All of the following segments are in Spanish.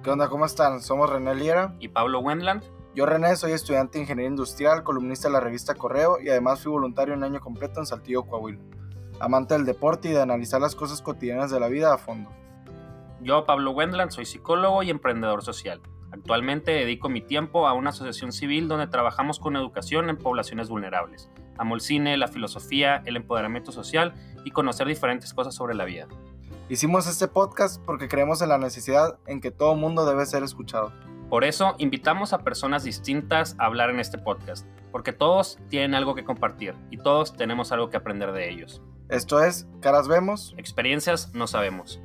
¿Qué onda? ¿Cómo están? Somos René Liera y Pablo Wendland. Yo, René, soy estudiante de Ingeniería Industrial, columnista de la revista Correo y además fui voluntario un año completo en Saltillo, Coahuila. Amante del deporte y de analizar las cosas cotidianas de la vida a fondo. Yo, Pablo Wendland, soy psicólogo y emprendedor social. Actualmente dedico mi tiempo a una asociación civil donde trabajamos con educación en poblaciones vulnerables. Amo el cine, la filosofía, el empoderamiento social y conocer diferentes cosas sobre la vida. Hicimos este podcast porque creemos en la necesidad en que todo mundo debe ser escuchado. Por eso invitamos a personas distintas a hablar en este podcast, porque todos tienen algo que compartir y todos tenemos algo que aprender de ellos. Esto es Caras Vemos, Experiencias no sabemos.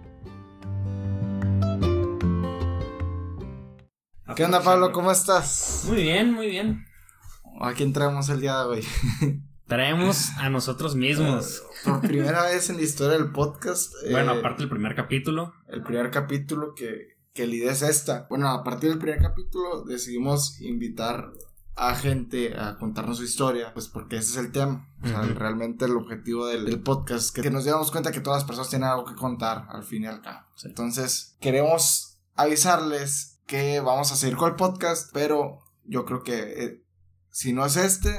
¿Qué onda, Pablo? ¿Cómo estás? Muy bien, muy bien. ¿A quién traemos el día de hoy? Traemos a nosotros mismos. Por primera vez en la historia del podcast. Bueno, aparte del primer capítulo. El primer capítulo que la idea es esta. Bueno, a partir del primer capítulo decidimos invitar a gente a contarnos su historia, pues porque ese es el tema. O sea, realmente el objetivo del podcast es que nos diéramos cuenta que todas las personas tienen algo que contar al fin y al cabo. Sí. Entonces, queremos avisarles que vamos a seguir con el podcast, pero yo creo que si no es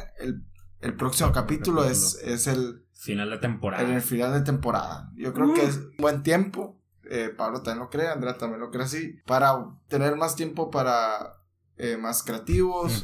el próximo capítulo es el final de temporada. En el final de temporada. Yo creo que es un buen tiempo. Pablo también lo cree, Andrea también lo cree así. Para tener más tiempo para más creativos,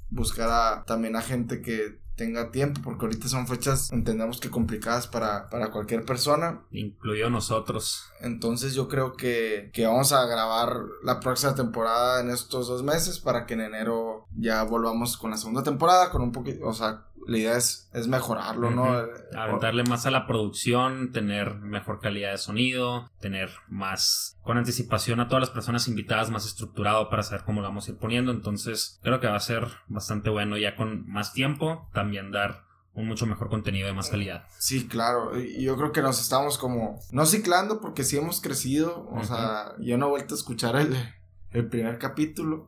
buscar también a gente que tenga tiempo, porque ahorita son fechas, entendemos que complicadas para cualquier persona. Incluido nosotros. Entonces yo creo que vamos a grabar la próxima temporada en estos 2 meses para que en enero ya volvamos con la segunda temporada, con un poquito, o sea, la idea es mejorarlo, ¿no? Aventarle más a la producción, tener mejor calidad de sonido, tener más con anticipación a todas las personas invitadas, más estructurado para saber cómo lo vamos a ir poniendo. Entonces creo que va a ser bastante bueno ya con más tiempo, también dar un mucho mejor contenido de más calidad. Sí, claro, y yo creo que nos estamos como, no ciclando porque sí hemos crecido, o sea, yo no he vuelto a escuchar el primer capítulo.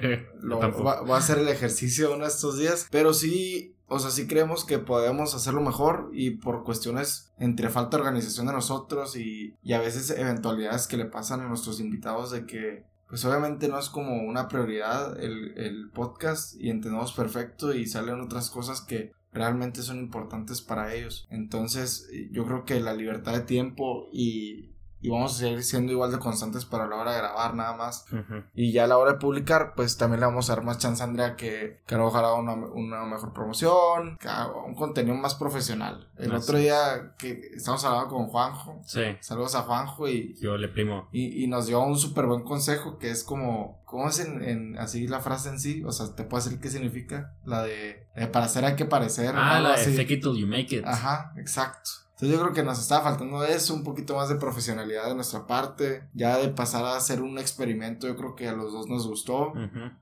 Voy a hacer el ejercicio uno de estos días, pero sí, o sea, sí creemos que podemos hacerlo mejor y por cuestiones entre falta de organización de nosotros y a veces eventualidades que le pasan a nuestros invitados de que pues obviamente no es como una prioridad el podcast y entendemos perfecto y salen otras cosas que realmente son importantes para ellos. Entonces yo creo que la libertad de tiempo y vamos a seguir siendo igual de constantes para la hora de grabar nada más. Y ya a la hora de publicar, pues también le vamos a dar más chance a Andrea que ojalá una mejor promoción, que haga un contenido más profesional. El otro día que estamos hablando con Juanjo. Sí. Saludos a Juanjo y yo le primo. Y nos dio un súper buen consejo que es como, ¿cómo es en así la frase en sí? O sea, ¿te puedo decir qué significa? La de para hacer hay que parecer. La de fake it till you make it. Ajá, exacto. Entonces yo creo que nos estaba faltando eso, un poquito más de profesionalidad de nuestra parte, ya de pasar a hacer un experimento. Yo creo que a los dos nos gustó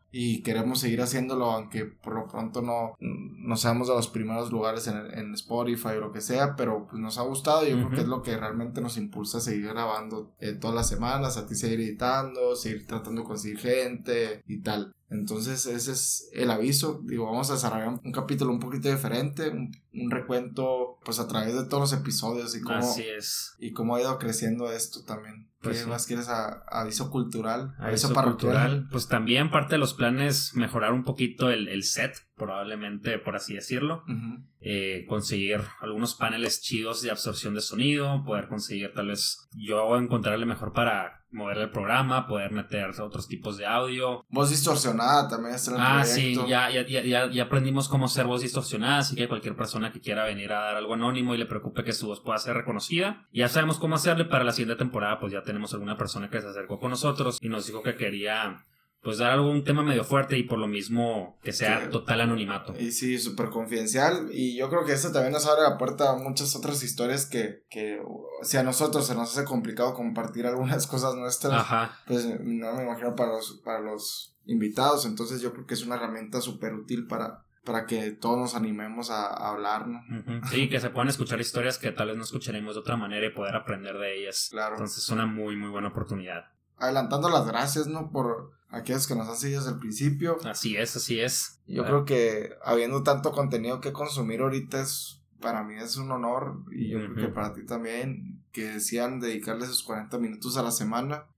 y queremos seguir haciéndolo, aunque por lo pronto no seamos de los primeros lugares en Spotify o lo que sea, pero pues nos ha gustado y yo creo que es lo que realmente nos impulsa a seguir grabando todas las semanas, a ti seguir editando, seguir tratando de conseguir gente y tal. Entonces ese es el aviso. Digo, vamos a desarrollar un capítulo un poquito diferente, un recuento pues a través de todos los episodios y cómo, así es. Y cómo ha ido creciendo esto también. Pues ¿Qué sí. más quieres? Aviso cultural, aviso parroquial. Pues también parte de los planes mejorar un poquito el set, probablemente, por así decirlo. Conseguir algunos paneles chidos de absorción de sonido, poder conseguir tal vez yo encontrarle mejor para mover el programa, poder meter otros tipos de audio. Voz distorsionada también está en el proyecto. Sí, ya aprendimos cómo hacer voz distorsionada, así que cualquier persona que quiera venir a dar algo anónimo y le preocupe que su voz pueda ser reconocida, ya sabemos cómo hacerle. Para la siguiente temporada pues ya tenemos alguna persona que se acercó con nosotros y nos dijo que quería pues dar algún tema medio fuerte y por lo mismo que sea total anonimato. Y sí, súper confidencial. Y yo creo que esto también nos abre la puerta a muchas otras historias que si a nosotros se nos hace complicado compartir algunas cosas nuestras, pues no me imagino para los invitados. Entonces yo creo que es una herramienta súper útil para que todos nos animemos a hablar, ¿no? Sí, que se puedan escuchar historias que tal vez no escucharemos de otra manera y poder aprender de ellas. Claro. Entonces es una muy, muy buena oportunidad. Adelantando las gracias, ¿no? Por aquellos que nos han seguido desde el principio. Así es. Yo creo que habiendo tanto contenido que consumir ahorita para mí es un honor y yo creo que para ti también, que decían dedicarle esos 40 minutos a la semana.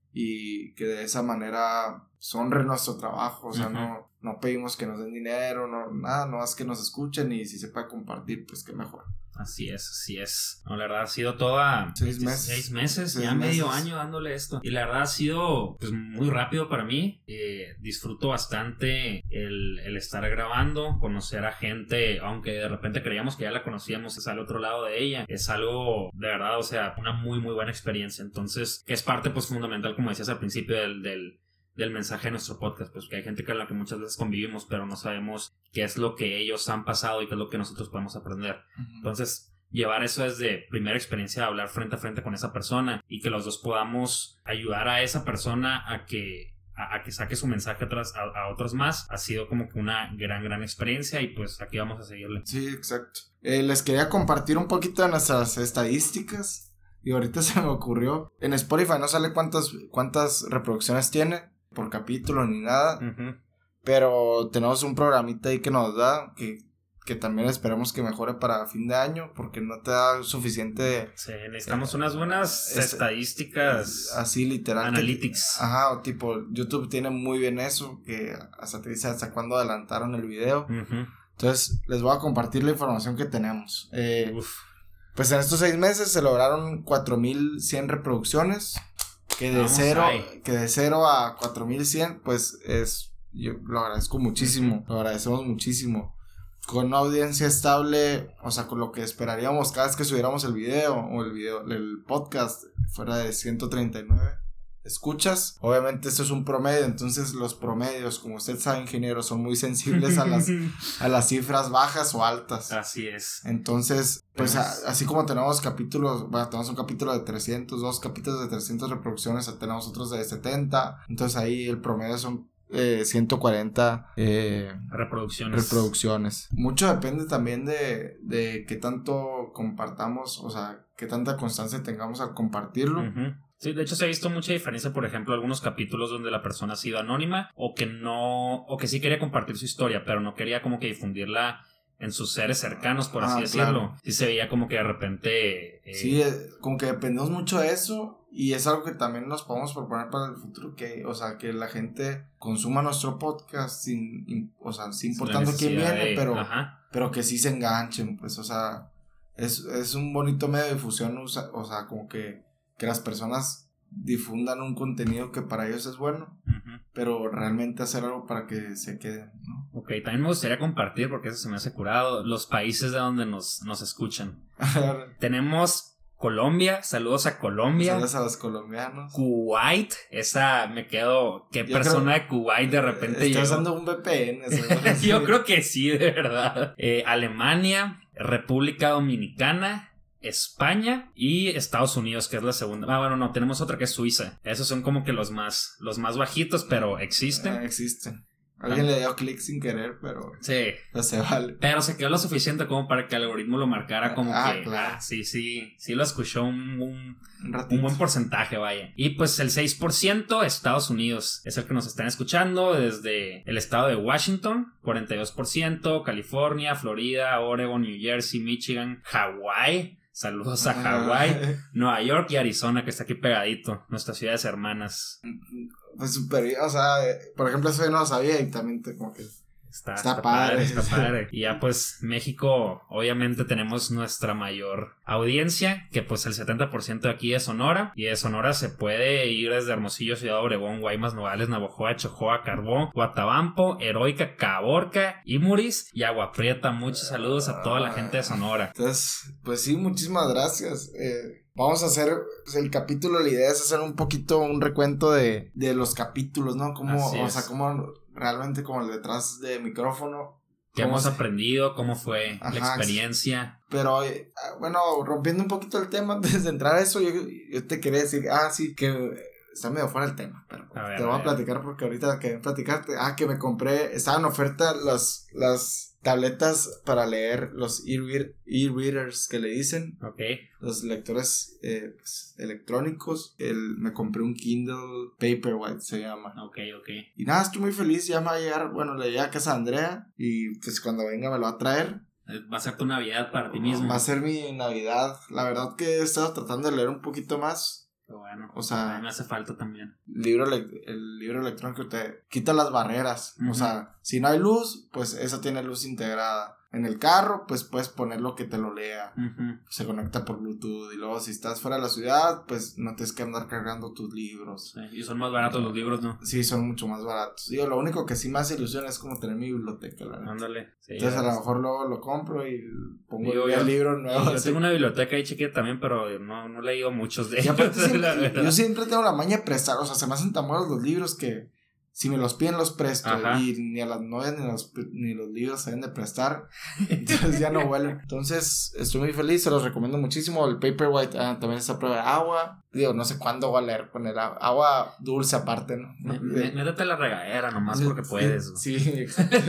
y que de esa manera honren nuestro trabajo, o sea, no pedimos que nos den dinero, nada, no más que nos escuchen y si se puede compartir, pues qué mejor. Así es. No, la verdad ha sido toda 6 meses. 6 meses, 6 ya meses. medio año dándole esto. Y la verdad ha sido pues muy rápido para mí. Disfruto bastante el estar grabando, conocer a gente, aunque de repente creíamos que ya la conocíamos, es al otro lado de ella. Es algo de verdad, o sea, una muy muy buena experiencia. Entonces, que es parte pues fundamental, como decías al principio del mensaje de nuestro podcast, pues que hay gente con la que muchas veces convivimos, pero no sabemos qué es lo que ellos han pasado y qué es lo que nosotros podemos aprender. Entonces, llevar eso desde primera experiencia de hablar frente a frente con esa persona y que los dos podamos ayudar a esa persona a que saque su mensaje a otros más, ha sido como que una gran experiencia y pues aquí vamos a seguirle. Sí, exacto. Les quería compartir un poquito de nuestras estadísticas y ahorita se me ocurrió, en Spotify no sale cuántas reproducciones tiene por capítulo ni nada, pero tenemos un programita ahí que nos da que también esperamos que mejore para fin de año porque no te da suficiente. Sí, necesitamos unas buenas estadísticas así literal, analytics. O tipo YouTube tiene muy bien eso, que hasta te dice hasta cuándo adelantaron el video. Entonces les voy a compartir la información que tenemos. Pues en estos 6 meses se lograron 4,100 reproducciones. Que de 0 a 4,100, pues yo lo agradezco muchísimo, lo agradecemos muchísimo. Con una audiencia estable, o sea, con lo que esperaríamos cada vez que subiéramos el podcast, fuera de 139 escuchas. Obviamente esto es un promedio, entonces los promedios, como usted sabe, ingeniero, son muy sensibles a las cifras bajas o altas. Así es. Entonces, pues así como tenemos capítulos, tenemos un capítulo de 300, 2 capítulos de 300 reproducciones, tenemos otros de 70, entonces ahí el promedio son 140 reproducciones. Mucho depende también de qué tanto compartamos, o sea, qué tanta constancia tengamos al compartirlo. Sí, de hecho se ha visto mucha diferencia, por ejemplo, algunos capítulos donde la persona ha sido anónima o que sí quería compartir su historia, pero no quería como que difundirla en sus seres cercanos, por así decirlo. Claro. Sí se veía como que de repente... Sí, como que dependemos mucho de eso y es algo que también nos podemos proponer para el futuro, que la gente consuma nuestro podcast sin importando quién viene, pero que sí se enganchen, pues, o sea, es un bonito medio de difusión, o sea, como que las personas difundan un contenido que para ellos es bueno, pero realmente hacer algo para que se queden, ¿no? Ok, también me gustaría compartir, porque eso se me hace curado, los países de donde nos escuchan. Tenemos Colombia, saludos a Colombia. Saludos a los colombianos. Kuwait, esa me quedo, ¿qué persona de Kuwait de repente llegó? Estoy usando un VPN. Yo creo que sí, de verdad. Alemania, República Dominicana, España y Estados Unidos, que es la segunda. Bueno, no, tenemos otra que es Suiza. Esos son como que los más bajitos, pero existen. Existen. Alguien le dio clic sin querer, pero sí, no se vale. Pero se quedó lo suficiente como para que el algoritmo lo marcara como que claro. Sí lo escuchó un buen porcentaje, vaya. Y pues el 6% Estados Unidos es el que nos están escuchando desde el estado de Washington, 42%, California, Florida, Oregon, New Jersey, Michigan, Hawái. Saludos a Hawái, Nueva York y Arizona, que está aquí pegadito, nuestras ciudades hermanas. Pues súper, o sea, por ejemplo, eso yo no lo sabía y también como que está padre. Está padre. Y ya pues México, obviamente tenemos nuestra mayor audiencia, que pues el 70% de aquí es Sonora, y de Sonora se puede ir desde Hermosillo, Ciudad Obregón, Guaymas, Nogales, Navojoa, Chojoa, Carbón, Guatabampo, Heroica, Caborca, Imuris y Agua Prieta. Muchos saludos a toda la gente de Sonora. Entonces, pues sí, muchísimas gracias. Vamos a hacer el capítulo, la idea es hacer un poquito un recuento de los capítulos, ¿no? Como realmente como el detrás de micrófono. ¿Qué hemos aprendido? ¿Cómo fue la experiencia? Pero, bueno, rompiendo un poquito el tema, antes de entrar a eso, yo te quería decir, sí, que está medio fuera el tema, pero te voy a platicar porque ahorita quería platicarte. Que me compré, estaban en oferta las tabletas para leer, los e-readers que le dicen. Okay. Los lectores pues, electrónicos. Me compré un Kindle Paperwhite, se llama. Okay. Y nada, estoy muy feliz, ya me va a llegar, bueno, le llegué a casa de Andrea y pues cuando venga me lo va a traer. Va a ser tu Navidad para ti mismo. Va a ser mi Navidad. La verdad que he estado tratando de leer un poquito más. Bueno. bueno. O sea, a mí me hace falta también. El libro electrónico te quita las barreras. O sea, si no hay luz, pues esa tiene luz integrada. En el carro, pues puedes ponerlo que te lo lea. Se conecta por Bluetooth. Y luego si estás fuera de la ciudad, pues no tienes que andar cargando tus libros. Sí, y son más baratos los libros, ¿no? Sí, son mucho más baratos. Digo, lo único que sí me hace ilusión es como tener mi biblioteca, la verdad. Ándale. Sí, entonces a lo mejor luego lo compro y pongo el libro nuevo. Yo tengo una biblioteca ahí chiquita también, pero no he leído muchos de ellos. Yo siempre tengo la maña de prestar. O sea, se me hacen tan buenos los libros que si me los piden los presto. Ajá. Y ni a las novias ni los libros se deben de prestar. Entonces ya no huelen. Entonces estoy muy feliz, se los recomiendo muchísimo. El Paperwhite también es a prueba de agua. Digo, no sé cuándo voy a leer con el agua dulce aparte, ¿no? Métete a la regadera nomás porque puedes. Sí.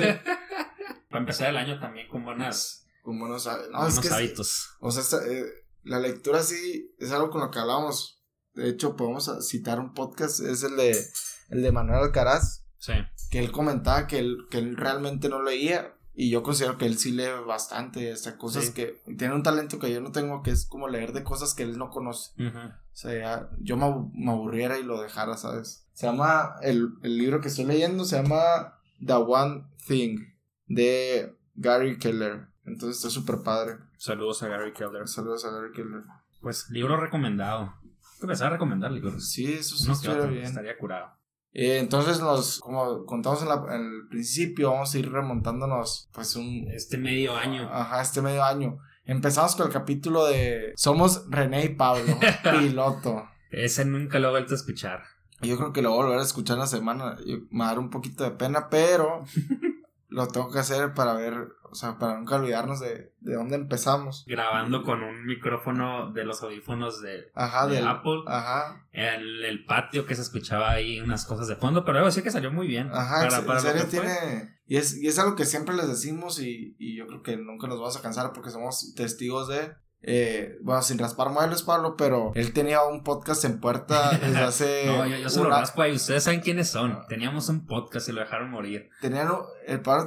Para empezar el año también con buenos hábitos. O sea, la lectura sí es algo con lo que hablábamos. De hecho, podemos citar un podcast. Es el de Manuel Alcaraz. Sí. Que él comentaba que él realmente no leía. Y yo considero que él sí lee bastante. Cosas que tiene un talento que yo no tengo, que es como leer de cosas que él no conoce. O sea, yo me aburriera y lo dejara, ¿sabes? Se llama, el libro que estoy leyendo se llama The One Thing, de Gary Keller. Entonces está súper padre. Saludos a Gary Keller. Pues libro recomendado. Hay que empezar a recomendar libros. Sí, eso sí estaría bien. Estaría curado. Entonces como contamos en el principio, vamos a ir remontándonos pues este medio año. Ajá, este medio año. Empezamos con el capítulo de Somos René y Pablo, piloto. Ese nunca lo he vuelto a escuchar. Yo creo que lo voy a volver a escuchar en la semana. Me va a dar un poquito de pena, pero lo tengo que hacer para ver, o sea, para nunca olvidarnos de dónde empezamos. Grabando con un micrófono de los audífonos de Apple. Ajá. En el patio que se escuchaba ahí unas cosas de fondo, pero debo decir que salió muy bien. Ajá, en serio tiene... Y es algo que siempre les decimos y yo creo que nunca nos vamos a cansar porque somos testigos de... bueno, sin raspar muebles, Pablo, pero él tenía un podcast en puerta desde hace... No, yo se lo raspo ahí, ustedes saben quiénes son. Teníamos un podcast y lo dejaron morir. El Pablo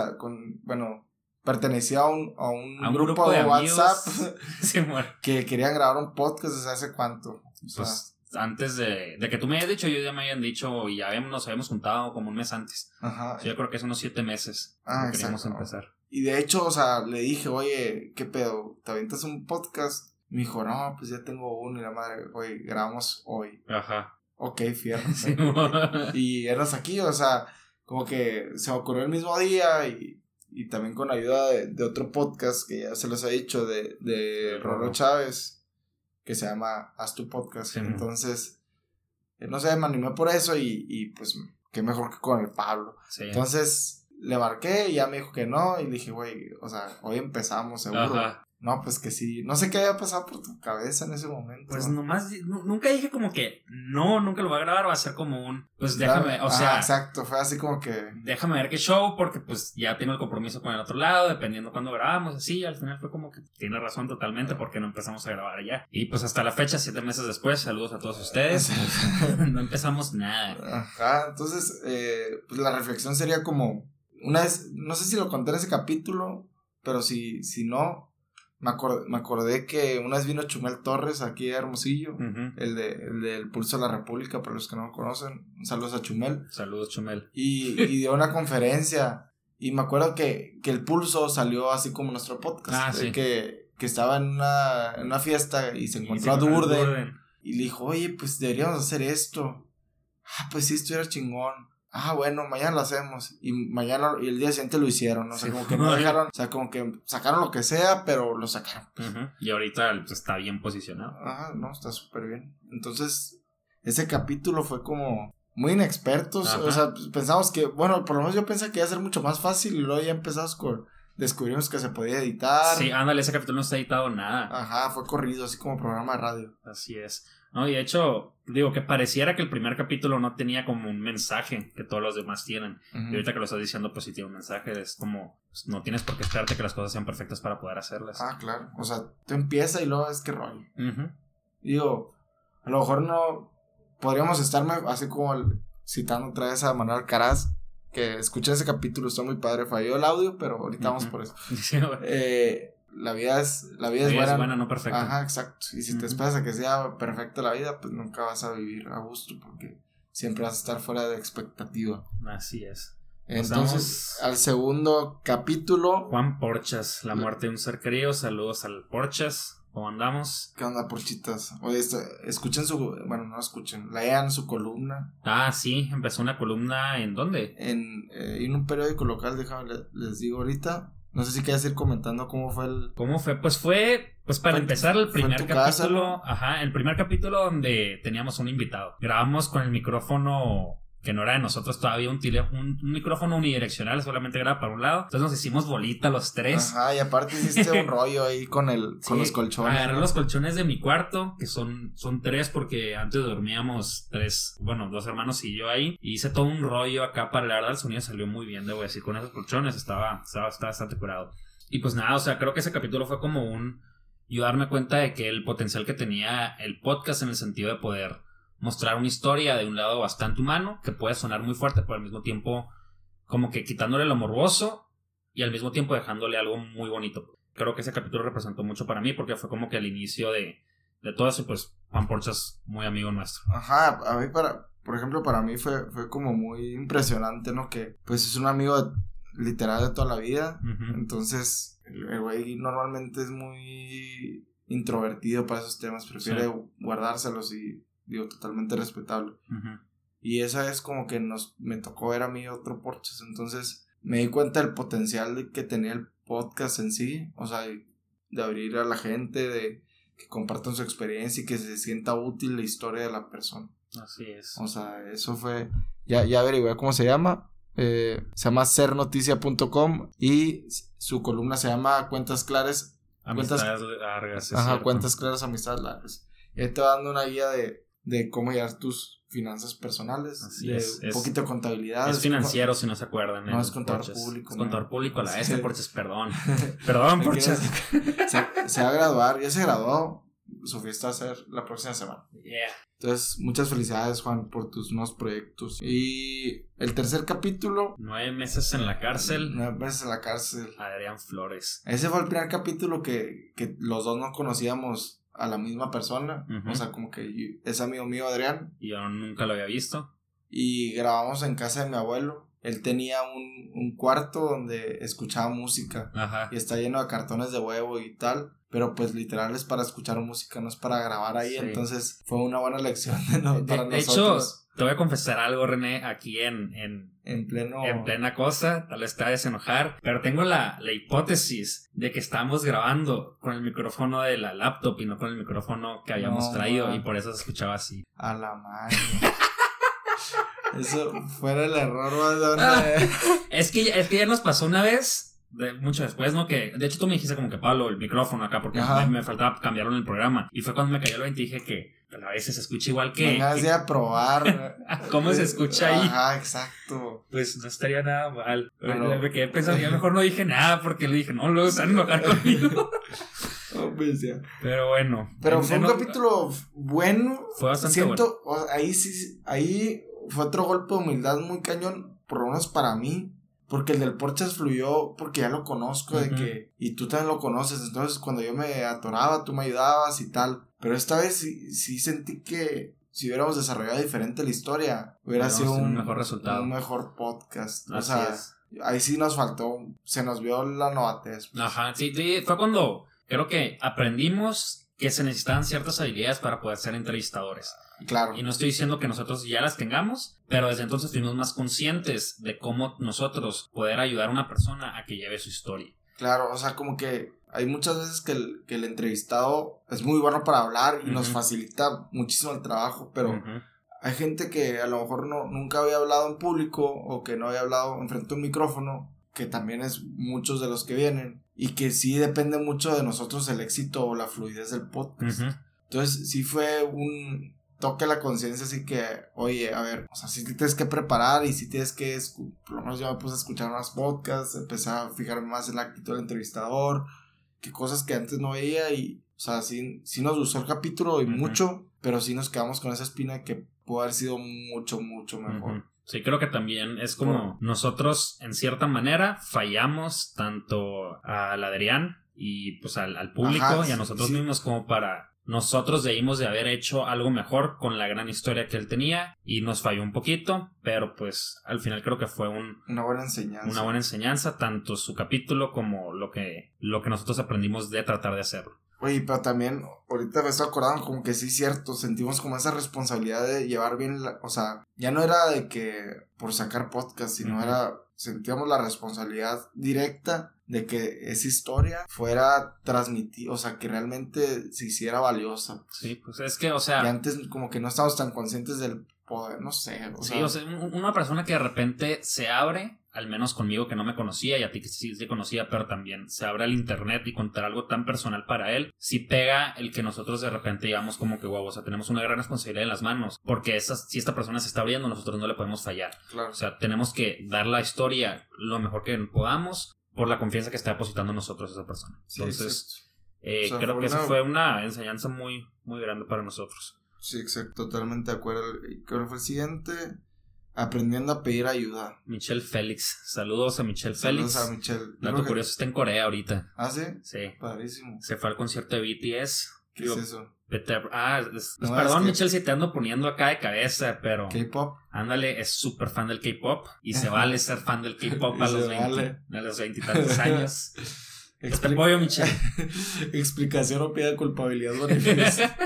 pertenecía a un grupo de WhatsApp sí, bueno. que querían grabar un podcast desde hace cuánto. Pues antes de que tú me hayas dicho, yo ya me habían dicho y nos habíamos juntado como un mes antes. Ajá. O sea, yo creo que es unos 7 meses que queríamos empezar. Y de hecho, o sea, le dije, oye, ¿qué pedo? ¿Te avientas un podcast? Me dijo, no, pues ya tengo uno. Y la madre, oye, grabamos hoy. Ajá. Ok, fierro. Sí, y eras aquí, o sea, como que se me ocurrió el mismo día y también con ayuda de otro podcast que ya se los he dicho, de Rorro Chávez, que se llama Haz tu Podcast. Sí. Entonces, no sé, me animé por eso y pues, qué mejor que con el Pablo. Sí. Entonces, le marqué y ya me dijo que no y le dije, güey, o sea, hoy empezamos, seguro. Ajá. No, pues que sí. No sé qué había pasado por tu cabeza en ese momento. Pues nomás, nunca dije como que nunca lo voy a grabar, va a ser como pues déjame, o sea. Exacto, fue así como que. Déjame ver qué show, porque pues ya tengo el compromiso con el otro lado, dependiendo cuándo grabamos, así, al final fue como que tiene razón totalmente, porque no empezamos a grabar ya. Y pues hasta la fecha, 7 meses después, saludos a todos ustedes, no empezamos nada. Ajá, entonces, pues la reflexión sería como, una vez, no sé si lo conté en ese capítulo, pero si no... Me acordé que una vez vino Chumel Torres aquí a Hermosillo, el del Pulso de la República, para los que no lo conocen. Saludos a Chumel. Saludos, Chumel. Y dio una conferencia. Y me acuerdo que el Pulso salió así como nuestro podcast. Sí. Que estaba en una fiesta y se encontró a Durden. Y le dijo, oye, pues deberíamos hacer esto. Pues sí, esto era chingón. Bueno, mañana lo hacemos. Y el día siguiente lo hicieron. O sea, como que no dejaron. O sea, como que sacaron lo que sea, pero lo sacaron. Y ahorita pues, está bien posicionado. No, está súper bien. Entonces, ese capítulo fue como muy inexpertos. O sea, pensamos que, bueno, por lo menos yo pensé que iba a ser mucho más fácil. Y luego ya empezamos descubrimos que se podía editar. Sí, ándale, ese capítulo no está editado nada. Fue corrido, así como programa de radio. Así es. No, y de hecho, digo que pareciera que el primer capítulo no tenía como un mensaje que todos los demás tienen. Y ahorita que lo estás diciendo, pues sí tiene un mensaje. Es como, pues, no tienes por qué esperarte que las cosas sean perfectas para poder hacerlas. Claro. O sea, tú empiezas y luego es que rollo. Digo, a lo mejor no podríamos estarme así como citando otra vez a Manuel Alcaraz, que escuché ese capítulo, está muy padre. Falló el audio, pero ahorita vamos por eso. Sí, la vida es buena, no perfecta. Ajá, exacto. Y si te esperas a que sea perfecta la vida, pues nunca vas a vivir a gusto porque siempre vas a estar fuera de expectativa. Así es. Entonces, al segundo capítulo. Juan Porchas, la muerte de un ser querido. Saludos al Porchas. ¿Cómo andamos? ¿Qué onda, Porchitas? Oye, escuchen bueno, no escuchen, lean su columna. Ah, sí, empezó una columna, ¿en dónde? En un periódico local, déjame, les digo ahorita. No sé si quieres ir comentando cómo fue ¿Cómo fue? Pues para empezar el primer capítulo. Casa, ¿no? Ajá, el primer capítulo donde teníamos un invitado. Grabamos con el micrófono que no era de nosotros todavía, un micrófono unidireccional, solamente graba para un lado. Entonces nos hicimos bolita los tres. Ajá, y aparte hiciste un rollo ahí con los colchones. Agarré los colchones de mi cuarto, que son 3 porque antes dormíamos 3, bueno, 2 hermanos y yo ahí. Y hice todo un rollo acá para la verdad el sonido salió muy bien, debo decir, con esos colchones estaba bastante curado. Y pues nada, o sea, creo que ese capítulo fue como yo darme cuenta de que el potencial que tenía el podcast en el sentido de poder mostrar una historia de un lado bastante humano, que puede sonar muy fuerte, pero al mismo tiempo como que quitándole lo morboso y al mismo tiempo dejándole algo muy bonito. Creo que ese capítulo representó mucho para mí porque fue como que el inicio de todo eso. Pues Juan Porchas, muy amigo nuestro. Ajá, a mí por ejemplo, para mí fue como muy impresionante, ¿no? Que pues es un amigo literal de toda la vida. Uh-huh. Entonces el güey normalmente es muy introvertido para esos temas, prefiere guardárselos y digo, totalmente respetable. Uh-huh. Y esa es como que me tocó ver a mí otro Porchas. Entonces me di cuenta del potencial que tenía el podcast en sí. O sea, de abrir a la gente, de que compartan su experiencia y que se sienta útil la historia de la persona. Así es. O sea, eso fue... Ya averigué cómo se llama. Se llama sernoticia.com y su columna se llama Cuentas Claras. Amistades largas. Ajá, Cuentas Claras, Amistades Largas. Y ahí te va dando una guía de cómo llevar tus finanzas personales. Así es. Un poquito de contabilidad. Es financiero, si no se acuerdan. No, es contador público. Es contador público a la vez, Porchas, perdón. Perdón, Porchas. Se va a graduar, ya se graduó. Su fiesta va a ser la próxima semana. Yeah. Entonces, muchas felicidades, Juan, por tus nuevos proyectos. Y el tercer capítulo. 9 meses en la cárcel. 9 meses en la cárcel. Adrián Flores. Ese fue el primer capítulo que los dos no conocíamos a la misma persona. Uh-huh. O sea, como que es amigo mío, Adrián. Y yo nunca lo había visto. Y grabamos en casa de mi abuelo. Él tenía un cuarto donde escuchaba música. Ajá. Y está lleno de cartones de huevo y tal. Pero pues literal es para escuchar música, no es para grabar ahí. Sí. Entonces fue una buena lección para nosotros. De hecho, te voy a confesar algo, René, aquí en plena cosa, tal vez te vayas a enojar, pero tengo la hipótesis de que estábamos grabando con el micrófono de la laptop y no con el micrófono que habíamos traído, y por eso se escuchaba así. A la madre. Eso fuera el error más donde... Es que ya nos pasó una vez, mucho después, ¿no? Que de hecho tú me dijiste como que Pablo, el micrófono acá, porque me faltaba cambiarlo en el programa. Y fue cuando me cayó el 20 y dije que a veces se escucha igual que... Vengas de a probar. ¿Cómo se escucha ahí? Ajá, exacto. Pues no estaría nada mal. Pero... me quedé pensando, yo mejor no dije nada porque le dije, no, luego se van a enojar conmigo. Pero bueno. Pero fue un capítulo bueno. Fue bastante bueno. O sea, ahí fue otro golpe de humildad muy cañón, por lo menos para mí. Porque el del Porchas fluyó porque ya lo conozco, de que... Y tú también lo conoces, entonces cuando yo me atoraba, tú me ayudabas y tal. Pero esta vez sí sentí que si hubiéramos desarrollado diferente la historia, hubiera sido un mejor resultado. Un mejor podcast. Así es. Ahí sí nos faltó, se nos vio la novatez. Pues. Ajá, sí, fue cuando creo que aprendimos que se necesitaban ciertas habilidades para poder ser entrevistadores. Claro. Y no estoy diciendo que nosotros ya las tengamos, pero desde entonces fuimos más conscientes de cómo nosotros poder ayudar a una persona a que lleve su historia. Claro, o sea, como que hay muchas veces que el entrevistado es muy bueno para hablar y nos facilita muchísimo el trabajo, pero hay gente que a lo mejor nunca había hablado en público o que no había hablado enfrente de un micrófono, que también es muchos de los que vienen, y que sí depende mucho de nosotros el éxito o la fluidez del podcast. Entonces sí fue un toque a la conciencia, así que, oye, a ver, o sea, sí te tienes que preparar y sí tienes que, por lo menos yo me puse a escuchar más podcasts, empecé a fijarme más en la actitud del entrevistador, que cosas que antes no veía, y, o sea, sí nos gustó el capítulo y mucho, pero sí nos quedamos con esa espina que pudo haber sido mucho, mucho mejor. Sí, creo que también es como nosotros, en cierta manera, fallamos tanto al Adrián y pues al público y a nosotros mismos, como para nosotros debimos de haber hecho algo mejor con la gran historia que él tenía y nos falló un poquito, pero pues al final creo que fue una buena enseñanza. Una buena enseñanza, tanto su capítulo como lo que nosotros aprendimos de tratar de hacerlo. Oye, pero también ahorita me estoy acordando como que sí es cierto, sentimos como esa responsabilidad de llevar bien o sea, ya no era de que por sacar podcast, sino sentíamos la responsabilidad directa de que esa historia fuera transmitida, o sea, que realmente se hiciera valiosa. Sí, pues es que, o sea... Y antes como que no estábamos tan conscientes del poder, no sé. O sea, una persona que de repente se abre, al menos conmigo que no me conocía y a ti que sí te conocía, pero también se abre al internet y contar algo tan personal para él, sí pega el que nosotros de repente digamos como que wow, o sea, tenemos una gran responsabilidad en las manos, porque si esta persona se está abriendo, nosotros no le podemos fallar. Claro. O sea, tenemos que dar la historia lo mejor que podamos por la confianza que está depositando en nosotros esa persona. Entonces, o sea, creo que eso fue una enseñanza muy, muy grande para nosotros. Sí, exacto, totalmente de acuerdo. ¿Qué fue el siguiente? Aprendiendo a pedir ayuda. Michelle Félix. Saludos a Michelle Félix. Saludos a Michelle. Dato curioso, está en Corea ahorita. ¿Ah, sí? Sí. Padrísimo. Se fue al concierto de BTS. ¿Qué es eso? No, perdón, Michelle, si te ando poniendo acá de cabeza, pero... ¿K-pop? Ándale, es súper fan del K-pop. Y se vale ser fan del K-pop a los 20 y tantos años. Te apoyo, Michelle. Explicación o pida culpabilidad manifiesta.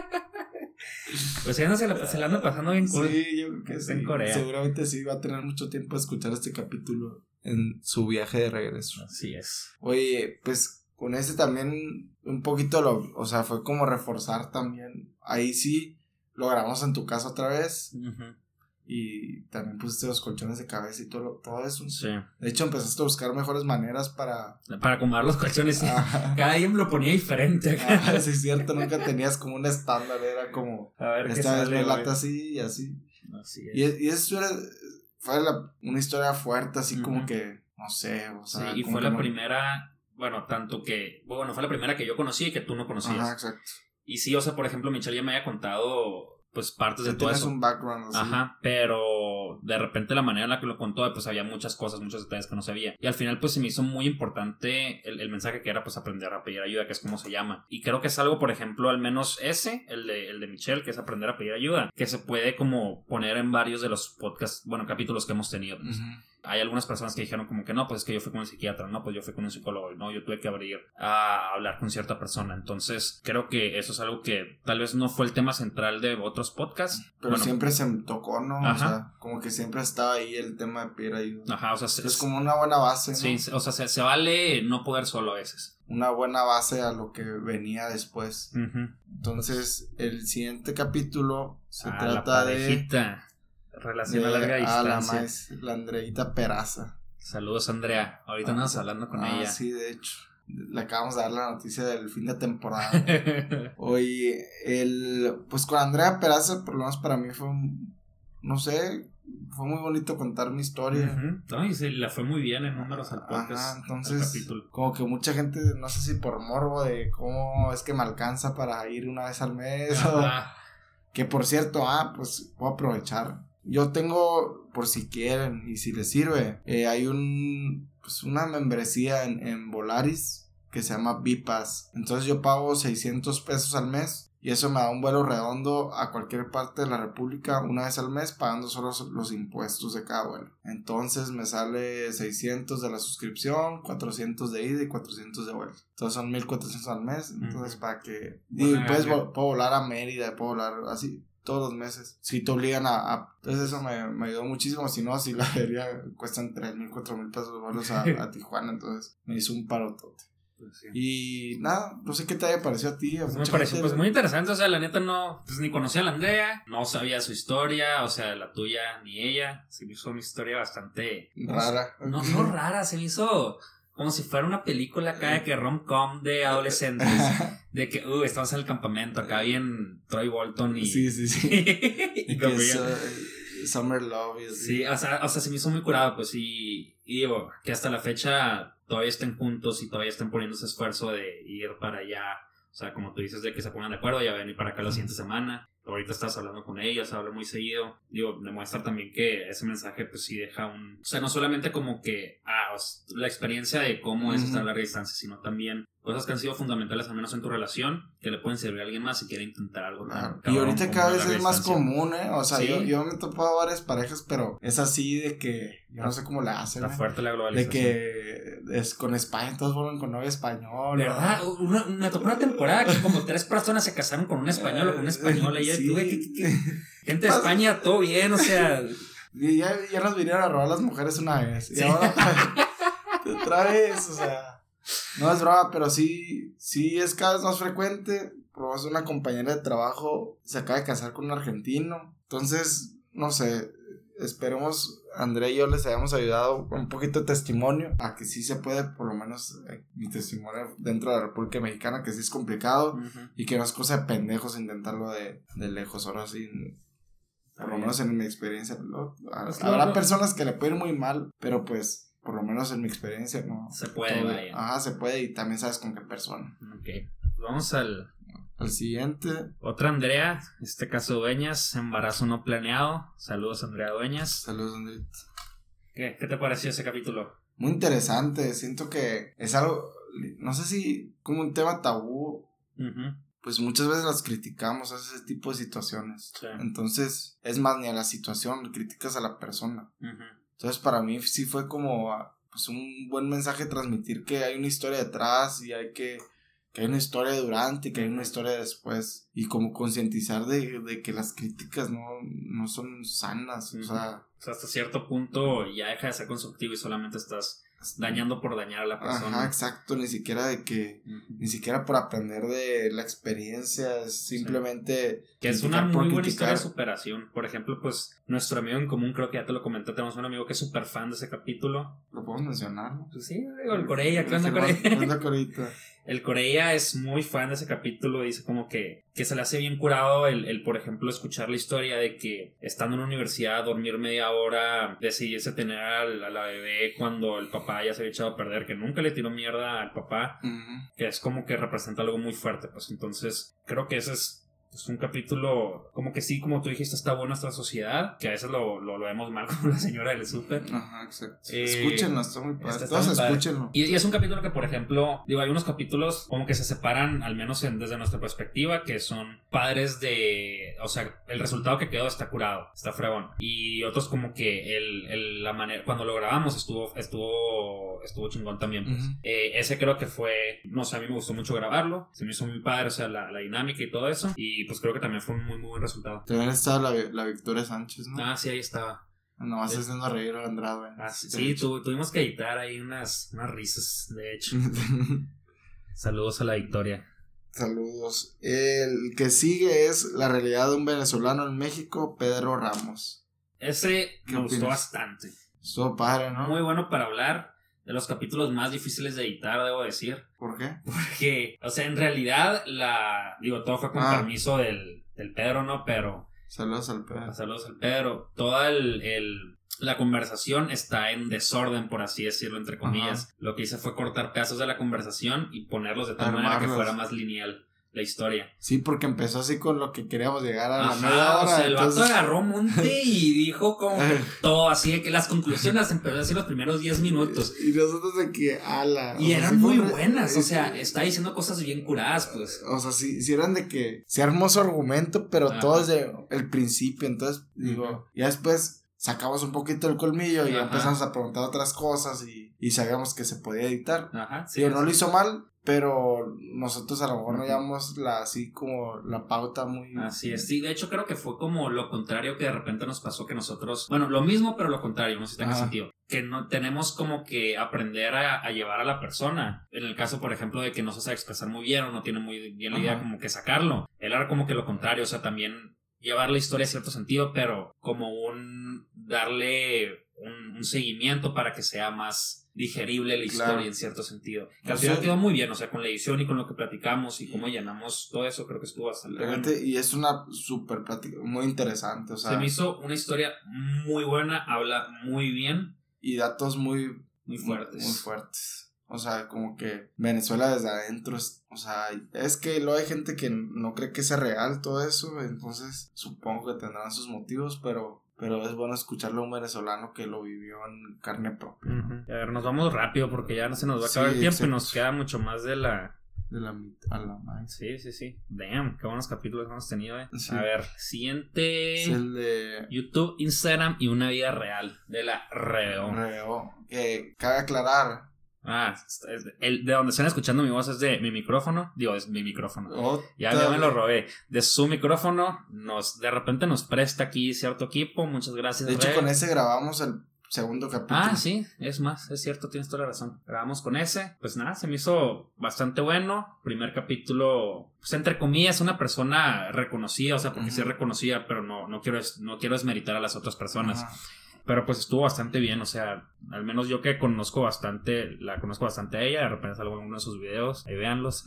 Pues ella se la anda pasando bien cool. Sí, yo creo que sí. En Corea. Seguramente sí va a tener mucho tiempo a escuchar este capítulo en su viaje de regreso. Así es. Oye, pues con ese también un poquito o sea, fue como reforzar también. Ahí sí lo grabamos en tu casa otra vez. Y también pusiste los colchones de cabeza y todo eso. Sí. De hecho, empezaste a buscar mejores maneras para acomodar los colchones. Cada día me lo ponía diferente. Sí, es cierto. Nunca tenías como un estándar. Era como, a ver, esta vez me lata así y así. Así es. Y eso fue una historia fuerte, así como que, no sé. O sea, sí, y fue la primera, bueno, fue la primera que yo conocí y que tú no conocías. Ajá, exacto. Y sí, o sea, por ejemplo, Michelle ya me había contado pues partes de todo eso. Tienes un background así. Ajá, pero de repente la manera en la que lo contó, pues había muchas cosas, muchos detalles que no sabía. Y al final pues se me hizo muy importante el mensaje que era pues aprender a pedir ayuda, que es como se llama. Y creo que es algo, por ejemplo, al menos el de Michelle, que es aprender a pedir ayuda, que se puede como poner en varios de los podcasts, bueno, capítulos que hemos tenido. Pues. Hay algunas personas que dijeron como que no, pues es que yo fui con un psiquiatra, no, pues yo fui con un psicólogo, no, yo tuve que abrir a hablar con cierta persona. Entonces creo que eso es algo que tal vez no fue el tema central de otros podcasts. Pero bueno, siempre se me tocó, ¿no? Ajá. O sea, como que siempre estaba ahí el tema de pedir ayuda. Ajá, o sea, es como una buena base, ¿no? Sí, o sea, se vale no poder solo a veces. Una buena base a lo que venía después. Entonces, el siguiente capítulo se trata de... Relación a larga distancia. La Andreita Peraza. Saludos, Andrea. Ahorita andamos hablando con ella. Sí, de hecho. Le acabamos de dar la noticia del fin de temporada. Oye, pues con Andrea Peraza, por lo menos para mí fue no sé, fue muy bonito contar mi historia. No, y se la fue muy bien en números al podcast. Entonces, como que mucha gente, no sé si por morbo de cómo es que me alcanza para ir una vez al mes. Que por cierto, pues voy a aprovechar. Yo tengo, por si quieren y si les sirve, hay una membresía en Volaris que se llama Vipas. Entonces yo pago $600 al mes y eso me da un vuelo redondo a cualquier parte de la república una vez al mes, pagando solo los impuestos de cada vuelo. Entonces me sale 600 de la suscripción, 400 de ida y 400 de vuelo. Entonces son 1400 al mes. Entonces para que... Y puedo volar a Mérida, puedo volar así todos los meses. Si te obligan entonces eso me ayudó muchísimo. Si no, si la feria cuestan 3,000, 4,000 pesos los vuelos a Tijuana. Entonces me hizo un parotote. Pues sí. Y nada, no sé qué te haya parecido a ti. Me pareció pues muy interesante. O sea, la neta no, pues ni conocía a la Andrea, no sabía su historia, o sea, la tuya ni ella. Se me hizo una historia bastante rara. No rara, se me hizo como si fuera una película acá de que rom-com de adolescentes. De que, estamos en el campamento, acá bien Troy Bolton y... Sí. y Summer Love y así. Sí, o sea, se me hizo muy curado, pues, y digo, que hasta la fecha todavía estén juntos y todavía estén poniendo ese esfuerzo de ir para allá. O sea, como tú dices, de que se pongan de acuerdo, ya venir para acá la siguiente semana. Ahorita estás hablando con ellas, hablo muy seguido. Digo, demuestra también que ese mensaje pues sí deja o sea, no solamente como que, la experiencia de cómo es estar a larga distancia, sino también cosas que han sido fundamentales, al menos en tu relación, que le pueden servir a alguien más si quiere intentar algo. Y ahorita cada vez es más común, O sea, ¿sí? yo me he topado a varias parejas, pero es así de que yo no sé cómo la hacen. Está fuerte la globalización. De que es con España, todos vuelven con novia español. ¿Verdad? Me tocó una temporada que como 3 personas se casaron con un español o con una española. Y yo tuve gente de España, todo bien, o sea. Y ya nos vinieron a robar las mujeres una vez. Y ahora otra vez, o sea. No es broma, pero sí es cada vez más frecuente. Por ejemplo, una compañera de trabajo se acaba de casar con un argentino. Entonces, no sé, esperemos Andrea y yo les hayamos ayudado con un poquito de testimonio a que sí se puede, por lo menos mi testimonio dentro de la República Mexicana, que sí es complicado y que no es cosa de pendejos intentarlo de lejos. Ahora sí, por lo menos en mi experiencia, habrá personas que le pueden ir muy mal, pero pues por lo menos en mi experiencia, ¿no? Se puede, vaya. Ajá, se puede y también sabes con qué persona. Ok, vamos al siguiente. Otra Andrea, en este caso Dueñas, embarazo no planeado. Saludos, Andrea Dueñas. Saludos, Andrea. ¿Qué te pareció ese capítulo? Muy interesante, siento que es algo, no sé si como un tema tabú. Pues muchas veces las criticamos a ese tipo de situaciones. Sí. Entonces, es más, ni a la situación, criticas a la persona. Entonces, para mí sí fue como pues un buen mensaje transmitir que hay una historia detrás y que hay una historia durante y que hay una historia después. Y como concientizar de que las críticas no son sanas. O sea, hasta cierto punto ya deja de ser constructivo y solamente estás dañando por dañar a la persona. Ajá, exacto, ni siquiera por aprender de la experiencia, simplemente que es una muy buena historia de superación. Por ejemplo, pues nuestro amigo en común, creo que ya te lo comenté, tenemos un amigo que es súper fan de ese capítulo. ¿Lo podemos mencionar? Pues sí, digo, el Corella, ¿qué onda Corella? El Corella es muy fan de ese capítulo, dice como que se le hace bien curado el por ejemplo, escuchar la historia de que estando en una universidad, dormir media hora, decidirse tener a la bebé cuando el papá ya se había echado a perder, que nunca le tiró mierda al papá, que es como que representa algo muy fuerte, pues entonces creo que ese es un capítulo como que sí, como tú dijiste, está bueno nuestra sociedad, que a veces lo vemos mal como la señora del súper. Ajá, exacto. Escúchenlo, está muy padre. Todos escúchenlo. Y es un capítulo que, por ejemplo, digo, hay unos capítulos como que se separan, al menos desde nuestra perspectiva, que son padres de, o sea, el resultado que quedó está curado, está fregón. Y otros como que la manera, cuando lo grabamos estuvo chingón también, pues. Ese creo que fue, no sé, a mí me gustó mucho grabarlo, se me hizo muy padre, o sea, la dinámica y todo eso. Y pues creo que también fue un muy, muy buen resultado. También estaba la Victoria Sánchez, ¿no? Ah, sí, ahí estaba. Nomás haciendo reír a Andrade. Sí, tuvimos que editar ahí unas risas, de hecho. Saludos a la Victoria. Saludos. El que sigue es La realidad de un venezolano en México, Pedro Ramos. Ese me gustó bastante. Estuvo padre, ¿no? Muy bueno para hablar. De los capítulos más difíciles de editar, debo decir. ¿Por qué? Porque, o sea, en realidad, todo fue con permiso del Pedro, ¿no? Pero... Saludos al Pedro. Saludos al Pedro. Toda la conversación está en desorden, por así decirlo, entre comillas. Ajá. Lo que hice fue cortar pedazos de la conversación y ponerlos de tal manera que fuera más lineal la historia. Sí, porque empezó así con lo que queríamos llegar a la media hora. O sea, el vato agarró monte y dijo como todo así, de que las conclusiones las empezó a decir los primeros 10 minutos. Y nosotros de que, y eran muy buenas, o sea, está diciendo cosas bien curadas, pues. O sea, sí eran de que, sí armó su argumento, pero todo desde el principio, entonces, digo, ya después sacamos un poquito el colmillo y empezamos a preguntar otras cosas y sabíamos que se podía editar. Ajá, sí. Digo, no lo hizo mal, pero nosotros a lo mejor no llevamos así como la pauta muy... Así es, sí, de hecho creo que fue como lo contrario que de repente nos pasó que nosotros... Bueno, lo mismo pero lo contrario, no sé si tenga sentido. Que no tenemos como que aprender a llevar a la persona. En el caso, por ejemplo, de que no se sabe expresar muy bien o no tiene muy bien la idea como que sacarlo. Él era como que lo contrario, o sea, también llevar la historia a cierto sentido, pero como darle un seguimiento para que sea más digerible la historia en cierto sentido. Que al final quedó muy bien, o sea, con la edición y con lo que platicamos y cómo llenamos todo eso, creo que estuvo bastante bueno. Y es una súper plática, muy interesante, o sea. Se me hizo una historia muy buena, habla muy bien. Y datos muy fuertes. Muy fuertes. O sea, como que Venezuela desde adentro, o sea, es que luego hay gente que no cree que sea real todo eso, entonces supongo que tendrán sus motivos, pero pero es bueno escucharlo a un venezolano que lo vivió en carne propia. Uh-huh. A ver, nos vamos rápido porque ya no se nos va a acabar el tiempo y nos queda mucho más de la mitad a la más. Sí. Damn, qué buenos capítulos hemos tenido, Sí. A ver, siguiente. Es el de YouTube, Instagram y una vida real de la Reo. Que cabe aclarar. De donde están escuchando mi voz es de mi micrófono. Es mi micrófono. Ya me lo robé. De su micrófono. De repente nos presta aquí cierto equipo. Muchas gracias. De hecho, con ese grabamos el segundo capítulo. Sí, es cierto, tienes toda la razón. Grabamos con ese. Pues nada, se me hizo bastante bueno. Primer capítulo, pues entre comillas, una persona reconocida. O sea, porque sí es reconocida, pero no quiero desmeritar a las otras personas. Pero pues estuvo bastante bien, o sea, al menos yo que la conozco bastante a ella, de repente salgo en uno de sus videos, ahí véanlos.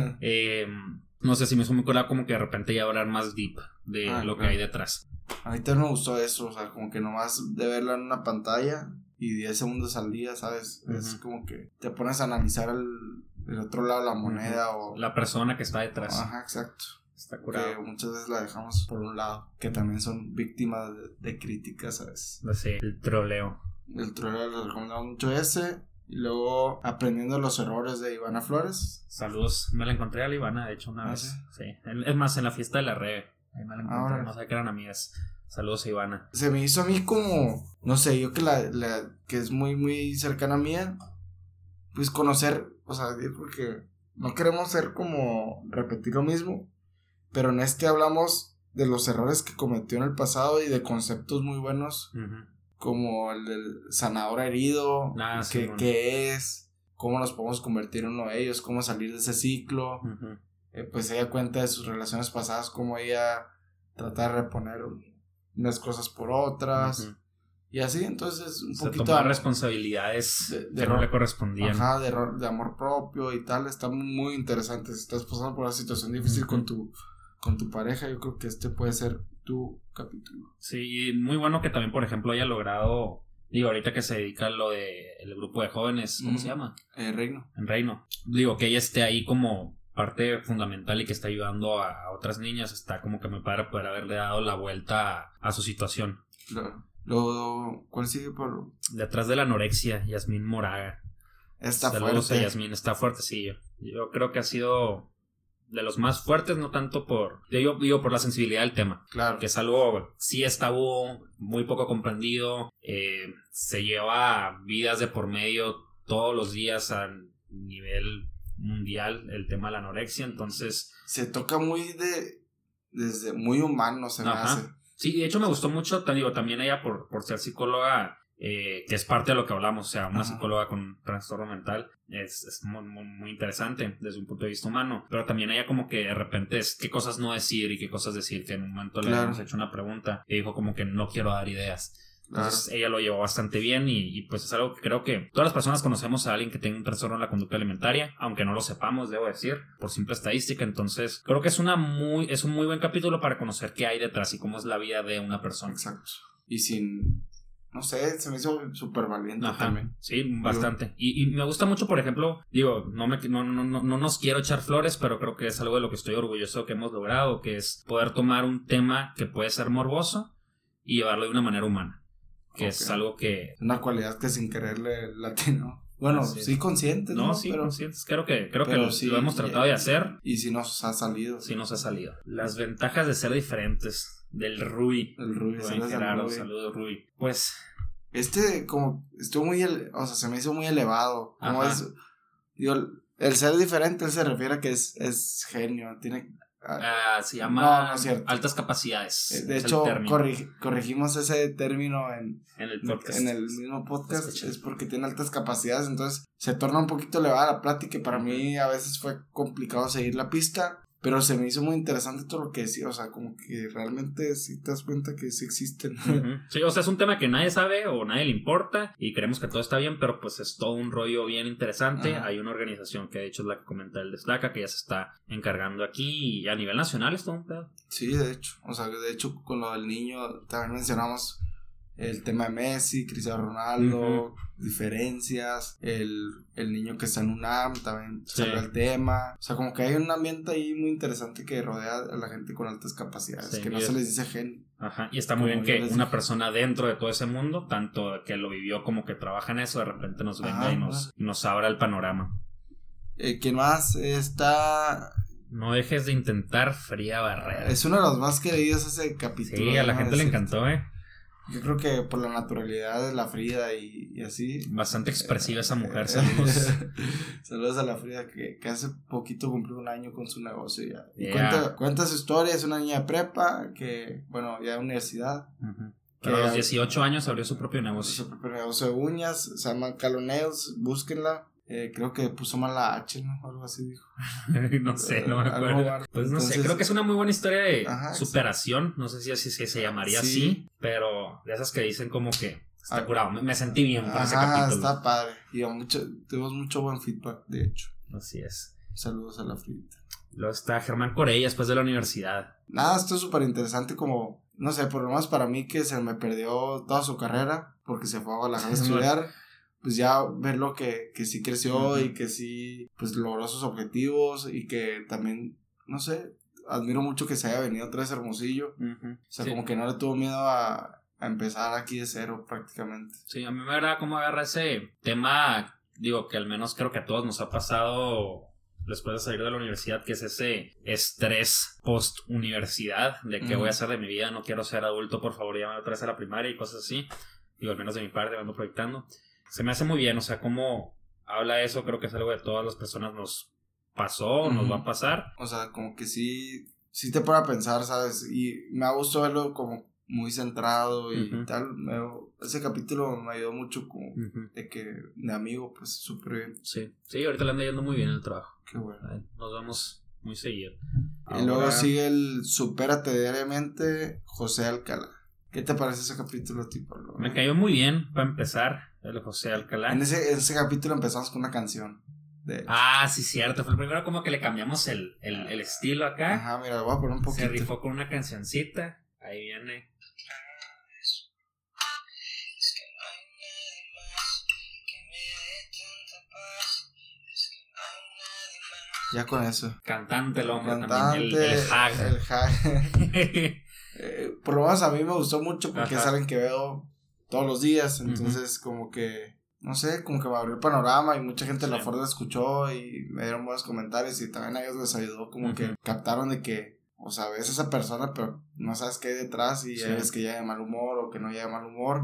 No sé si me hizo muy colado como que de repente ya hablar más deep de lo que hay detrás. A mí también me gustó eso, o sea, como que nomás de verla en una pantalla y 10 segundos al día, ¿sabes? Es como que te pones a analizar el otro lado de la moneda o... la persona que está detrás. Exacto. Está curado. Que muchas veces la dejamos por un lado, que también son víctimas de críticas, ¿sabes? Sí, el troleo. Les recomendamos mucho ese. Y luego Aprendiendo los errores de Ivana Flores. Saludos, me la encontré a la Ivana, de hecho, una vez. Sí. Es más, en la fiesta de la Reve. Ahí me la encontré, no sé que eran amigas. Saludos, Ivana. Se me hizo a mí como, no sé, yo que que es muy, muy cercana a mía, pues conocer, o sea, porque no queremos ser como repetir lo mismo. Pero en hablamos de los errores que cometió en el pasado y de conceptos muy buenos, como el del sanador herido, qué es, cómo nos podemos convertir en uno de ellos, cómo salir de ese ciclo. Pues ella cuenta de sus relaciones pasadas, cómo ella trata de reponer unas cosas por otras. Y así, entonces, un poquito... tomar responsabilidades que no le correspondían. De amor propio y tal. Está muy interesante. Si estás pasando por una situación difícil con tu pareja, yo creo que puede ser tu capítulo. Sí, y muy bueno que también, por ejemplo, haya logrado, ahorita que se dedica a lo de el grupo de jóvenes, ¿cómo se llama? Reino. En Reino. Que ella esté ahí como parte fundamental y que está ayudando a otras niñas, está como que me padre poder haberle dado la vuelta a su situación. Claro. ¿Cuál sigue por...? Detrás de la anorexia, Yasmín Moraga. Saludos fuerte. A Yasmín, está fuerte, sí. Yo creo que ha sido de los más fuertes, no tanto por la sensibilidad del tema. Claro. Que es algo, sí es tabú, muy poco comprendido, se lleva vidas de por medio todos los días a nivel mundial el tema de la anorexia, entonces... Se toca desde muy humano, se me hace. Sí, de hecho me gustó mucho, también ella por ser psicóloga, que es parte de lo que hablamos, o sea, una psicóloga con trastorno mental, es muy, muy, muy interesante desde un punto de vista humano, pero también ella como que de repente es qué cosas no decir y qué cosas decir, que en un momento le habíamos hecho una pregunta y dijo como que no quiero dar ideas. Entonces ella lo llevó bastante bien y pues es algo que creo que todas las personas conocemos a alguien que tenga un trastorno en la conducta alimentaria, aunque no lo sepamos, debo decir, por simple estadística. Entonces creo que es un muy buen capítulo para conocer qué hay detrás y cómo es la vida de una persona. Exacto. Y no sé, se me hizo súper valiente también. Sí, bastante. Y me gusta mucho, por ejemplo, no nos quiero echar flores, pero creo que es algo de lo que estoy orgulloso que hemos logrado, que es poder tomar un tema que puede ser morboso y llevarlo de una manera humana. Que es algo que... Una cualidad que sin quererle latino. Bueno, sí conscientes, ¿no? Sí, pero, conscientes. Creo que lo hemos tratado de hacer. Y sí nos ha salido. Sí nos ha salido. Las ventajas de ser diferentes. Del Rui. El Rui. Gerardo, saludos Rui. Pues... como estuvo muy... O sea, se me hizo muy elevado. Como es... el ser diferente, él se refiere a que es genio. Tiene... se llama altas capacidades. De hecho, corregimos ese término en el podcast. En el mismo podcast. Es porque tiene altas capacidades. Entonces se torna un poquito elevada la plática. Y para mí a veces fue complicado seguir la pista. Pero se me hizo muy interesante todo lo que decía. O sea, como que realmente sí te das cuenta que sí existen. Sí, o sea, es un tema que nadie sabe o nadie le importa. Y creemos que todo está bien, pero pues es todo un rollo bien interesante. Hay una organización que de hecho es la que comenta el Destaca, que ya se está encargando aquí. Y a nivel nacional es todo un pedo. Sí, de hecho. O sea, de hecho con lo del niño también mencionamos el tema de Messi, Cristiano Ronaldo, diferencias, el niño que está en UNAM también salió el tema. O sea, como que hay un ambiente ahí muy interesante que rodea a la gente con altas capacidades, que no se les dice genio. Ajá, y está muy bien que una persona dentro de todo ese mundo, tanto que lo vivió como que trabaja en eso, de repente nos venga y nos abra el panorama. ¿Quién más está? No dejes de intentar, Frida Barrera. Es uno de los más queridos ese capítulo. Sí, a la gente le encantó, Yo creo que por la naturalidad de la Frida y así. Bastante expresiva esa mujer, saludos. Saludos a la Frida que hace poquito cumplió 1 año con su negocio ya. Y cuenta su historia, es una niña de prepa que, bueno, ya de universidad. Pero a los 18 años abrió su propio negocio. Su propio negocio de uñas, se llama Calo Nails, búsquenla. Creo que puso mal la H, ¿no? Algo así dijo. No sé, no me acuerdo. Pues no sé, creo que es una muy buena historia de superación. No sé si así se llamaría así, pero de esas que dicen como que está curado. Me sentí bien con ese capítulo. Está padre. Y tuvimos mucho buen feedback, de hecho. Así es. Saludos a la Frida. Luego está Germán Corey después de la universidad. Nada, esto es súper interesante como, no sé, por lo menos para mí que se me perdió toda su carrera porque se fue a Guadalajara a estudiar. Pues ya verlo que sí creció y que sí pues logró sus objetivos y que también, no sé, admiro mucho que se haya venido otra vez a Hermosillo. O sea, como que no le tuvo miedo a empezar aquí de cero prácticamente. Sí, a mí me agrada cómo agarra ese tema, digo, que al menos creo que a todos nos ha pasado después de salir de la universidad, que es ese estrés post-universidad de qué voy a hacer de mi vida, no quiero ser adulto, por favor, llámame otra vez a la primaria y cosas así. Digo, al menos de mi parte, me ando proyectando. Se me hace muy bien, o sea, cómo habla eso, creo que es algo que a todas las personas nos pasó, nos va a pasar. O sea, como que sí te pone a pensar, ¿sabes? Y me ha gustado verlo como muy centrado y tal. Ese capítulo me ayudó mucho como de amigo, pues súper bien. Sí, ahorita le anda yendo muy bien el trabajo. Qué bueno. Nos vemos muy seguido. Y luego sigue el Supérate Diariamente, José Alcalá. ¿Qué te parece ese capítulo, tipo? Me cayó muy bien, para empezar, el José Alcalá. En ese capítulo empezamos con una canción. Sí, cierto. Fue el primero como que le cambiamos el estilo acá. Ajá, mira, lo voy a poner un poquito. Se rifó con una cancioncita. Ahí viene. Ya con eso. Cantante el hombre también. El hag. Por lo menos a mí me gustó mucho porque es alguien que veo todos los días. Entonces como que, no sé, como que me abrió el panorama y mucha gente la Ford escuchó y me dieron buenos comentarios y también a ellos les ayudó como que captaron de que, o sea, ves a esa persona pero no sabes qué hay detrás y ves que llega de mal humor o que no llega de mal humor.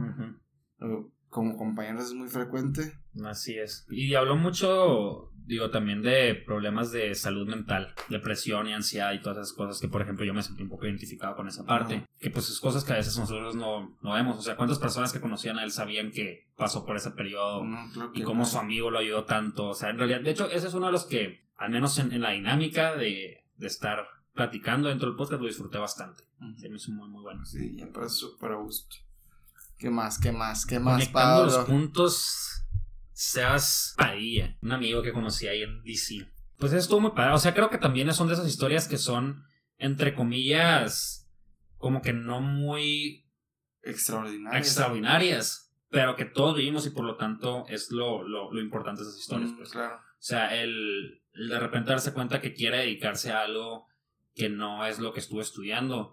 Como compañeros es muy frecuente. Así es. Y habló mucho, digo, también de problemas de salud mental, depresión y ansiedad y todas esas cosas que, por ejemplo, yo me sentí un poco identificado con esa parte. Que pues es cosas que a veces nosotros no vemos. O sea, ¿cuántas personas que conocían a él sabían que pasó por ese periodo? Y cómo su amigo lo ayudó tanto. O sea, en realidad, de hecho, ese es uno de los que, al menos en la dinámica de estar platicando dentro del podcast, lo disfruté bastante. Se me hizo muy, muy bueno. Sí, me parece súper a gusto. ¿Qué más, Conectando Pablo? Los puntos, Sebas Padilla, un amigo que conocí ahí en DC. Pues estuvo muy padre. O sea, creo que también son de esas historias que son, entre comillas, como que no muy extraordinarias, pero que todos vivimos y por lo tanto es lo importante de esas historias. Pues. Claro. O sea, el de repente darse cuenta que quiere dedicarse a algo que no es lo que estuvo estudiando.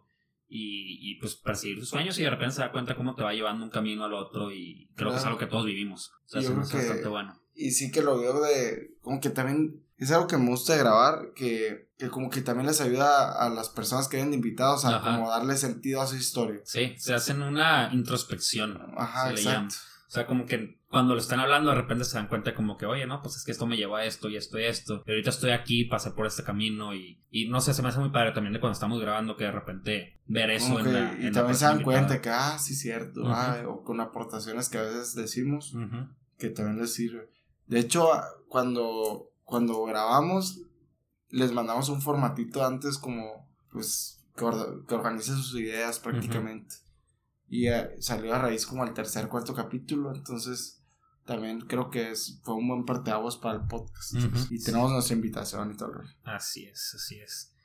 Y pues perseguir sus sueños y de repente se da cuenta cómo te va llevando un camino al otro y creo que es algo que todos vivimos. O sea, es bastante bueno. Y sí que lo veo como que también es algo que me gusta de grabar, que como que también les ayuda a las personas que vienen invitados a como darle sentido a su historia. Sí, se hacen una introspección. Ajá, exacto. O sea, como que cuando lo están hablando de repente se dan cuenta como que, oye, no, pues es que esto me llevó a esto y esto y esto. Y ahorita estoy aquí, pasé por este camino y no sé, se me hace muy padre también de cuando estamos grabando que de repente ver eso y también se dan cuenta que, sí, cierto. O con aportaciones que a veces decimos que también les sirve. De hecho, cuando grabamos, les mandamos un formatito antes como, pues, que organice sus ideas prácticamente. Y salió a raíz como el 3.º, 4.º capítulo. Entonces también creo que fue un buen parteaguas para el podcast. Y tenemos nuestra invitación y todo. Así es.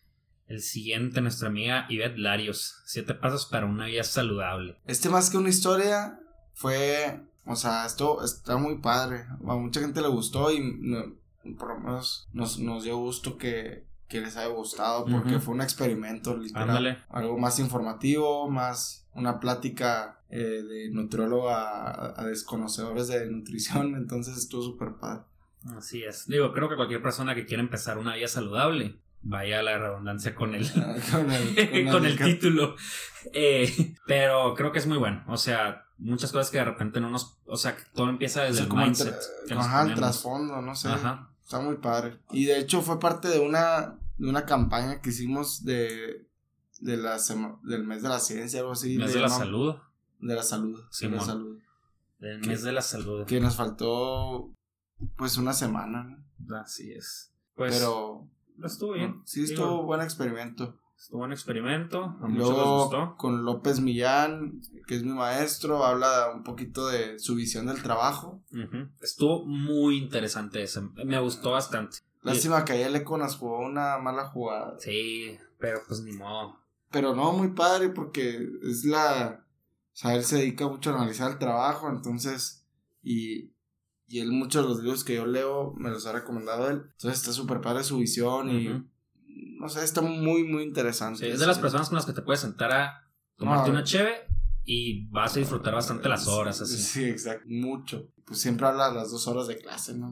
El siguiente, nuestra amiga Ivette Larios, 7 pasos para una vida saludable. Más que una historia fue, o sea, esto está muy padre. A mucha gente le gustó y por lo menos nos dio gusto que les haya gustado, porque fue un experimento literal. Ándale. Algo más informativo, más una plática de nutriólogo a desconocedores de nutrición. Entonces estuvo súper padre. Así es. Digo, creo que cualquier persona que quiera empezar una vida saludable, vaya a la redundancia con el con el título, pero creo que es muy bueno. O sea, muchas cosas que de repente no nos, o sea, que todo empieza desde el mindset, el trasfondo, no sé. Ajá. Está muy padre. Y de hecho fue parte de una campaña que hicimos del mes de la ciencia, algo así. Mes de la salud. De la salud. Sí, de la salud. Del mes de la salud. Que nos faltó pues una semana, ¿no? Así es. Pues, pero estuvo bien. Sí, estuvo buen experimento. Estuvo buen experimento. A muchos les gustó. Con López Millán, que es mi maestro, habla un poquito de su visión del trabajo. Estuvo muy interesante ese. Me gustó bastante. Lástima que ayer Leco nos jugó una mala jugada. Sí, pero pues ni modo. Pero no, muy padre, porque es o sea, él se dedica mucho a analizar el trabajo, entonces, y él, muchos de los libros que yo leo me los ha recomendado él. Entonces está súper padre su visión y no sé, está muy, muy interesante. Sí, es de las personas con las que te puedes sentar a tomarte una cheve y vas a disfrutar bastante las horas, así. Sí, exacto, mucho. Pues siempre habla las 2 horas de clase, ¿no?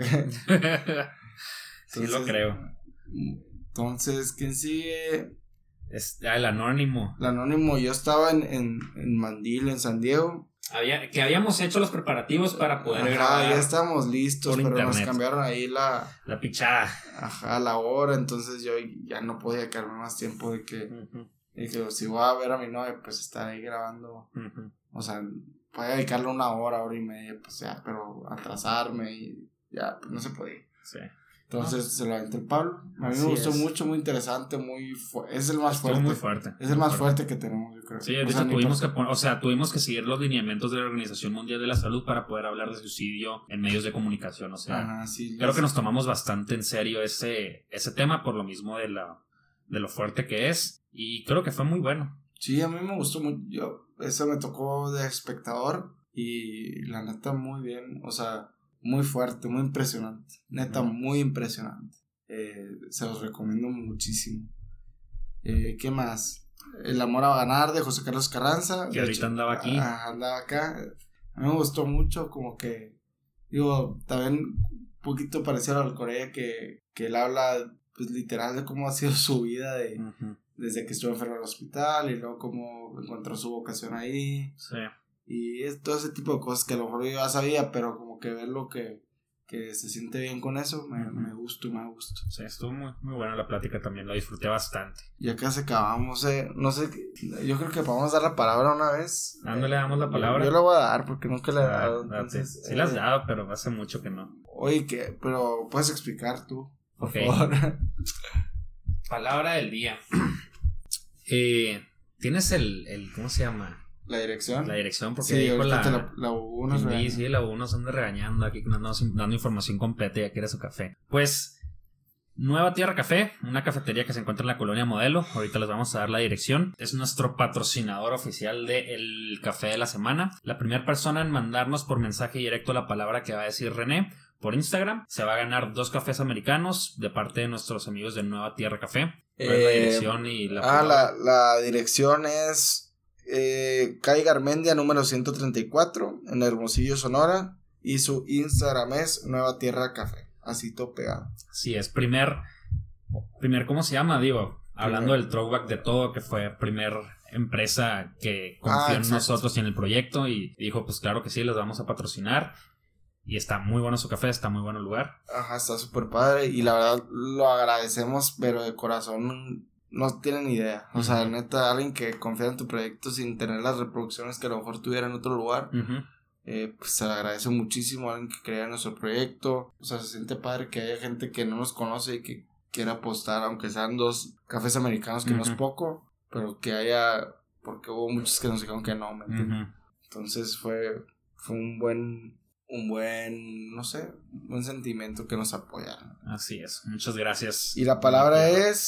Sí, lo creo. Entonces, ¿quién sigue? El Anónimo. El Anónimo, yo estaba en Mandil, en San Diego. Habíamos hecho los preparativos para poder grabar. Ya estábamos listos, pero internet. Nos cambiaron ahí la pichada. Ajá, la hora, entonces yo ya no podía quedarme más tiempo de que si voy a ver a mi novia, pues estar ahí grabando. O sea, podía dedicarle 1 hora, 1 hora y media, pues ya, pero atrasarme y ya, pues no se podía. Sí. Entonces se lo aventé el Pablo. A mí me gustó mucho, muy interesante, es el más fuerte. Muy fuerte. Es el más fuerte que tenemos, yo creo. Sí, de hecho tuvimos que seguir los lineamientos de la Organización Mundial de la Salud para poder hablar de suicidio en medios de comunicación. O sea, creo que nos tomamos bastante en serio ese tema por lo mismo de lo fuerte que es. Y creo que fue muy bueno. Sí, a mí me gustó mucho. Eso me tocó de espectador y la neta muy bien, o sea, muy fuerte, muy impresionante. Neta, muy impresionante. Se los recomiendo muchísimo. ¿Qué más? El amor a ganar de José Carlos Carranza. Que ahorita andaba aquí. Andaba acá. A mí me gustó mucho, como que, digo, también un poquito parecido al Corea, que él habla, pues literal, de cómo ha sido su vida desde que estuvo enfermo en el hospital y luego cómo encontró su vocación ahí. Sí. Y es todo ese tipo de cosas que a lo mejor yo ya sabía, pero como que verlo que se siente bien con eso, me gustó. Sí, estuvo muy, muy buena la plática también, la disfruté bastante. Ya casi acabamos, no sé, yo creo que podemos dar la palabra una vez. ¿Dónde le damos la palabra? Yo la voy a dar porque nunca la he dado. Entonces, sí la has dado, pero hace mucho que no. Oye, pero puedes explicar tú, por favor. Palabra del día. ¿Tienes el ¿cómo se llama? ¿La dirección? La dirección, porque sí, dijo la U nos regaña. Sí, la U nos anda regañando aquí, dando información completa y ya quiere su café. Pues, Nueva Tierra Café, una cafetería que se encuentra en la Colonia Modelo. Ahorita les vamos a dar la dirección. Es nuestro patrocinador oficial del café de la semana. La primera persona en mandarnos por mensaje directo la palabra que va a decir René por Instagram se va a ganar 2 cafés americanos de parte de nuestros amigos de Nueva Tierra Café. ¿Cuál es la dirección y la dirección es calle Garmendia número 134 en Hermosillo, Sonora, y su Instagram es Nueva Tierra Café, así todo pegado. Sí, es primer ¿cómo se llama? Digo, hablando del throwback de todo, que fue primer empresa que confió en nosotros y en el proyecto y dijo, pues claro que sí, les vamos a patrocinar. Y está muy bueno su café, está muy bueno el lugar. Ajá, está súper padre y la verdad lo agradecemos, pero de corazón no tienen idea. O sea, neta, alguien que confía en tu proyecto sin tener las reproducciones que a lo mejor tuviera en otro lugar, pues se le agradece muchísimo a alguien que crea en nuestro proyecto. O sea, se siente padre que haya gente que no nos conoce y que quiera apostar, aunque sean 2 cafés americanos, que no es poco, pero que haya, porque hubo muchos que nos dijeron que no, ¿me entiendes? Entonces fue un buen, no sé, un buen sentimiento que nos apoyaron. Así es, muchas gracias. Y la palabra es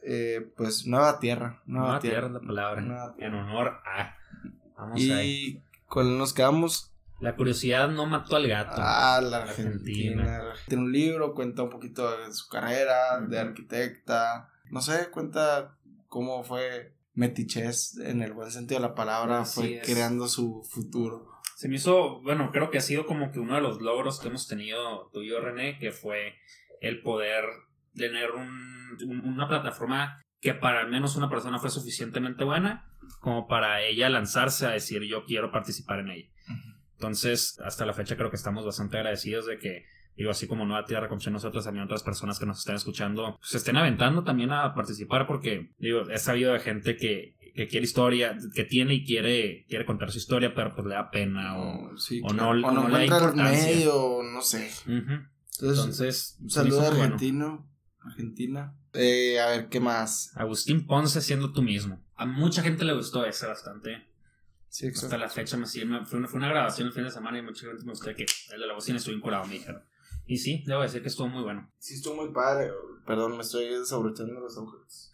pues Nueva Tierra. Nueva Tierra es la palabra. En honor a... Vamos y con nos quedamos. La curiosidad no mató al gato. La Argentina. Tiene un libro, cuenta un poquito de su carrera, de arquitecta. No sé, cuenta cómo fue Metichez, en el buen sentido de la palabra, fue creando su futuro. Se me hizo, bueno, creo que ha sido como que uno de los logros que hemos tenido tú y yo, René, que fue el poder tener una plataforma que para al menos una persona fue suficientemente buena como para ella lanzarse a decir yo quiero participar en ella. Entonces, hasta la fecha creo que estamos bastante agradecidos de que, digo, así como Nueva Tierra, como nosotros, también otras personas que nos estén escuchando, pues, se estén aventando también a participar porque, digo, he sabido de gente que quiere historia, que tiene y quiere contar su historia, pero pues le da pena o no le da importancia. Medio, no sé. Entonces, un saludo Argentina. A ver, ¿qué más? Agustín Ponce siendo tú mismo. A mucha gente le gustó ese bastante. Sí, exacto. Hasta la fecha fue una grabación el fin de semana y mucha gente me gustó que el de la bocina estuvo vinculado, me dijeron. Y sí, debo decir que estuvo muy bueno. Sí, estuvo muy padre. Perdón, me estoy desabrochando los ojos.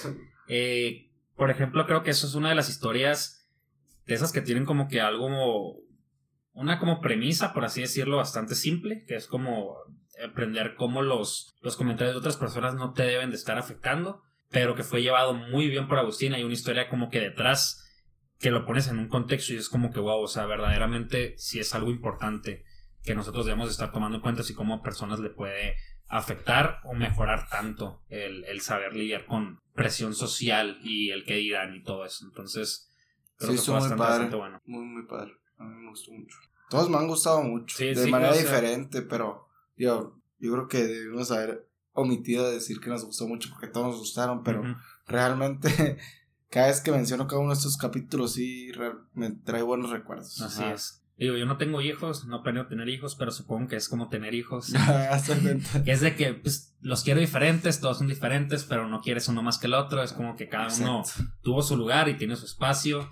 Por ejemplo, creo que eso es una de las historias de esas que tienen como que algo, una como premisa, por así decirlo, bastante simple, que es como aprender cómo los comentarios de otras personas no te deben de estar afectando, pero que fue llevado muy bien por Agustín. Hay una historia como que detrás que lo pones en un contexto y es como que wow, o sea, verdaderamente sí es algo importante que nosotros debemos estar tomando en cuenta, si como personas le puede afectar o mejorar tanto el saber lidiar con presión social y el que dirán y todo eso. Entonces creo que fue bastante bueno. Muy padre, a mí me gustó mucho. Todos me han gustado mucho, de manera diferente, pero yo creo que debimos haber omitido de decir que nos gustó mucho porque todos nos gustaron, pero realmente cada vez que menciono cada uno de estos capítulos sí me trae buenos recuerdos. Así es. Digo, yo no tengo hijos, no planeo tener hijos, pero supongo que es como tener hijos. Que es de que pues, los quiero diferentes, todos son diferentes, pero no quieres uno más que el otro. Es como que cada uno tuvo su lugar y tiene su espacio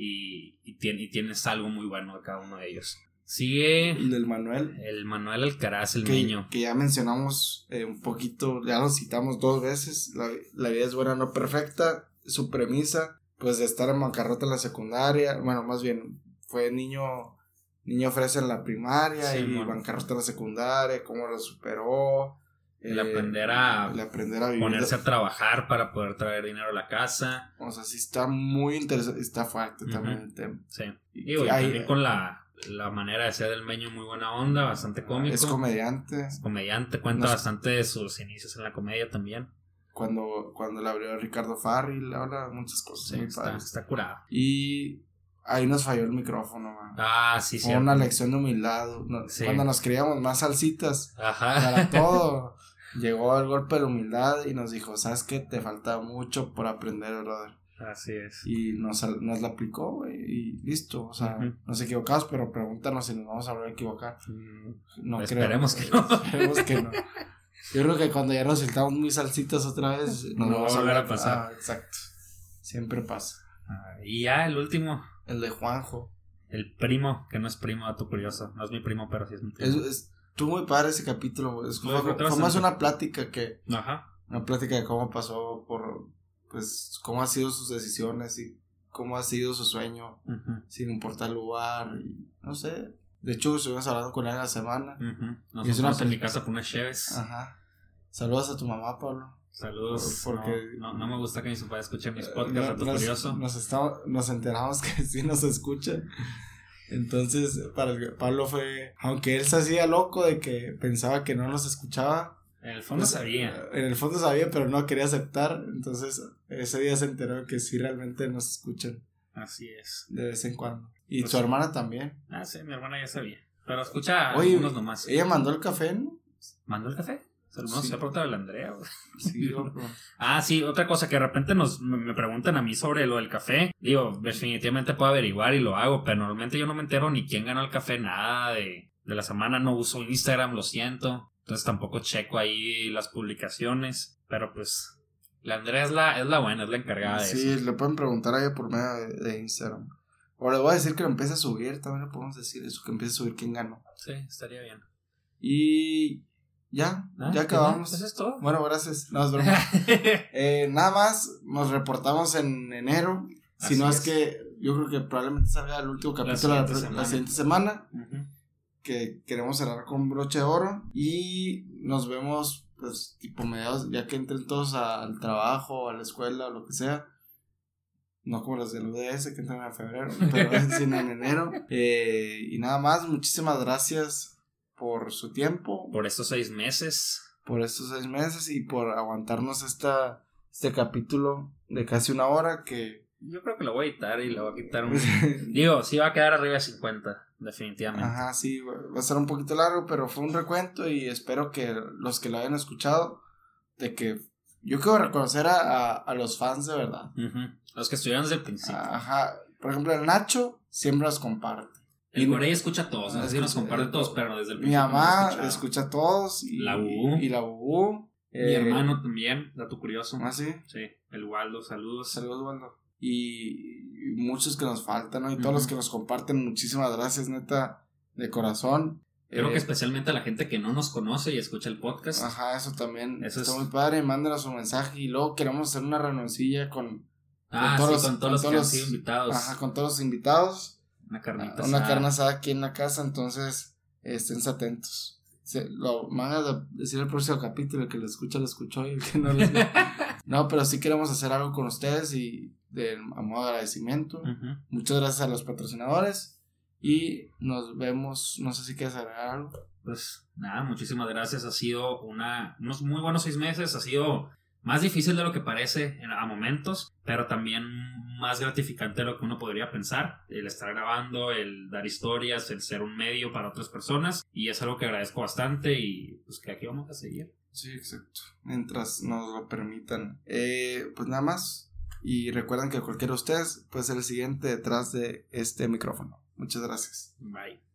y tienes algo muy bueno de cada uno de ellos. Sigue el del Manuel. El Manuel Alcaraz, el niño. Que ya mencionamos un poquito, ya lo citamos 2 veces. La vida es buena, no perfecta. Su premisa, pues de estar en bancarrota en la secundaria. Bueno, más bien fue niño fresa en la primaria y bancarrota en la secundaria, cómo lo superó. El aprender a vivir, ponerse a trabajar para poder traer dinero a la casa. O sea, sí está muy interesante, está fuerte también el tema. Sí. Y también con la manera de ser del Meño, muy buena onda, bastante cómico. Es comediante, cuenta bastante de sus inicios en la comedia también. Cuando le abrió Ricardo Farril, habla muchas cosas. Sí, está curado. Y ahí nos falló el micrófono, man. Sí, fue una lección de humildad. Cuando nos creíamos más salsitas para todo, llegó el golpe de humildad y nos dijo, ¿sabes qué? Te falta mucho por aprender, brother. Así es. Y nos la aplicó, güey, y listo. O sea, nos equivocamos, pero pregúntanos si nos vamos a volver a equivocar. No Esperemos creo. Esperemos que no. Yo creo que cuando ya nos sentamos muy salsitas otra vez, no va a volver a pasar. Exacto. Siempre pasa. Y ya el último. El de Juanjo. El primo, que no es primo, dato curioso. No es mi primo, pero sí es mi primo. Estuvo muy padre ese capítulo. Fue más una plática que... Una plática de cómo pasó por... Pues, cómo han sido sus decisiones y cómo ha sido su sueño. Sin importar el lugar. Y, no sé... De hecho, estuvimos hablando con él en la semana. Nos fuimos en mi casa por unas cheves. Saludos a tu mamá, Pablo. Saludos. Porque no me gusta que mi papá escuche mis podcasts. Dato curioso. Nos enteramos que sí nos escucha. Entonces, para Pablo fue... Aunque él se hacía loco de que pensaba que no nos escuchaba. En el fondo sabía. En el fondo sabía, pero no quería aceptar. Entonces, ese día se enteró que sí realmente nos escuchan. Así es. De vez en cuando. Y pues su hermana también. Sí, mi hermana ya sabía. Pero escucha algunos nomás. Ella mandó el café, ¿no? ¿Mandó el café? No se ha preguntado a la Andrea. Sí, sí, otra cosa que de repente me preguntan a mí sobre lo del café. Digo, definitivamente puedo averiguar y lo hago, pero normalmente yo no me entero ni quién ganó el café, nada de la semana. No uso Instagram, lo siento. Entonces tampoco checo ahí las publicaciones. Pero pues la Andrea es la buena, es la encargada de eso. Sí, le pueden preguntar a ella por medio de Instagram. O le voy a decir que lo empiece a subir, también le podemos decir eso, que empiece a subir quién ganó. Sí, estaría bien. Y Ya acabamos. ¿Eso es todo? Bueno, gracias. Nos vemos. Nada más, nos reportamos en enero. Si no es que yo creo que probablemente salga el último capítulo la siguiente semana. Uh-huh. Que queremos cerrar con broche de oro. Y nos vemos, pues, tipo mediados, ya que entren todos al trabajo, a la escuela, o lo que sea. No como los del UDS que entran en febrero, pero sino en enero. Y nada más, muchísimas gracias por su tiempo. Por estos 6 meses. Por estos 6 meses y por aguantarnos este capítulo de casi 1 hora que... Yo creo que lo voy a editar y le voy a quitar un... Digo, sí va a quedar arriba de 50, definitivamente. Ajá, sí, va a ser un poquito largo, pero fue un recuento y espero que los que lo hayan escuchado, de que... Yo quiero reconocer a los fans de verdad. Uh-huh. Los que estuvieron desde el principio. Ajá, por ejemplo, el Nacho siempre los comparte. El Gorey escucha a todos, así nos comparte todos, pero desde el principio. Mi mamá escucha a todos. La Bubu. Y la Bubu. Mi hermano también, dato curioso. ¿Ah, sí? Sí, el Waldo, saludos. Saludos, Waldo. Y muchos que nos faltan, ¿no? Y todos los que nos comparten, muchísimas gracias, neta, de corazón. Creo que especialmente a la gente que no nos conoce y escucha el podcast. Ajá, eso también. Eso está muy padre. Mándenos un mensaje y luego queremos hacer una reunioncilla con todos los que han sido invitados. Ajá, con todos los invitados. Una carnita asada. Una carne asada aquí en la casa, entonces estén atentos. Lo van a decir el próximo capítulo, el que lo escucha lo escuchó y el que no lo escucha. No, pero sí queremos hacer algo con ustedes y a modo de agradecimiento. Uh-huh. Muchas gracias a los patrocinadores y nos vemos. No sé si quieres agregar algo. Pues nada, muchísimas gracias. Ha sido unos muy buenos 6 meses. Ha sido más difícil de lo que parece a momentos, pero también más gratificante de lo que uno podría pensar. El estar grabando, el dar historias, el ser un medio para otras personas. Y es algo que agradezco bastante y pues que aquí vamos a seguir. Sí, exacto. Mientras nos lo permitan. Pues nada más. Y recuerden que cualquiera de ustedes puede ser el siguiente detrás de este micrófono. Muchas gracias. Bye.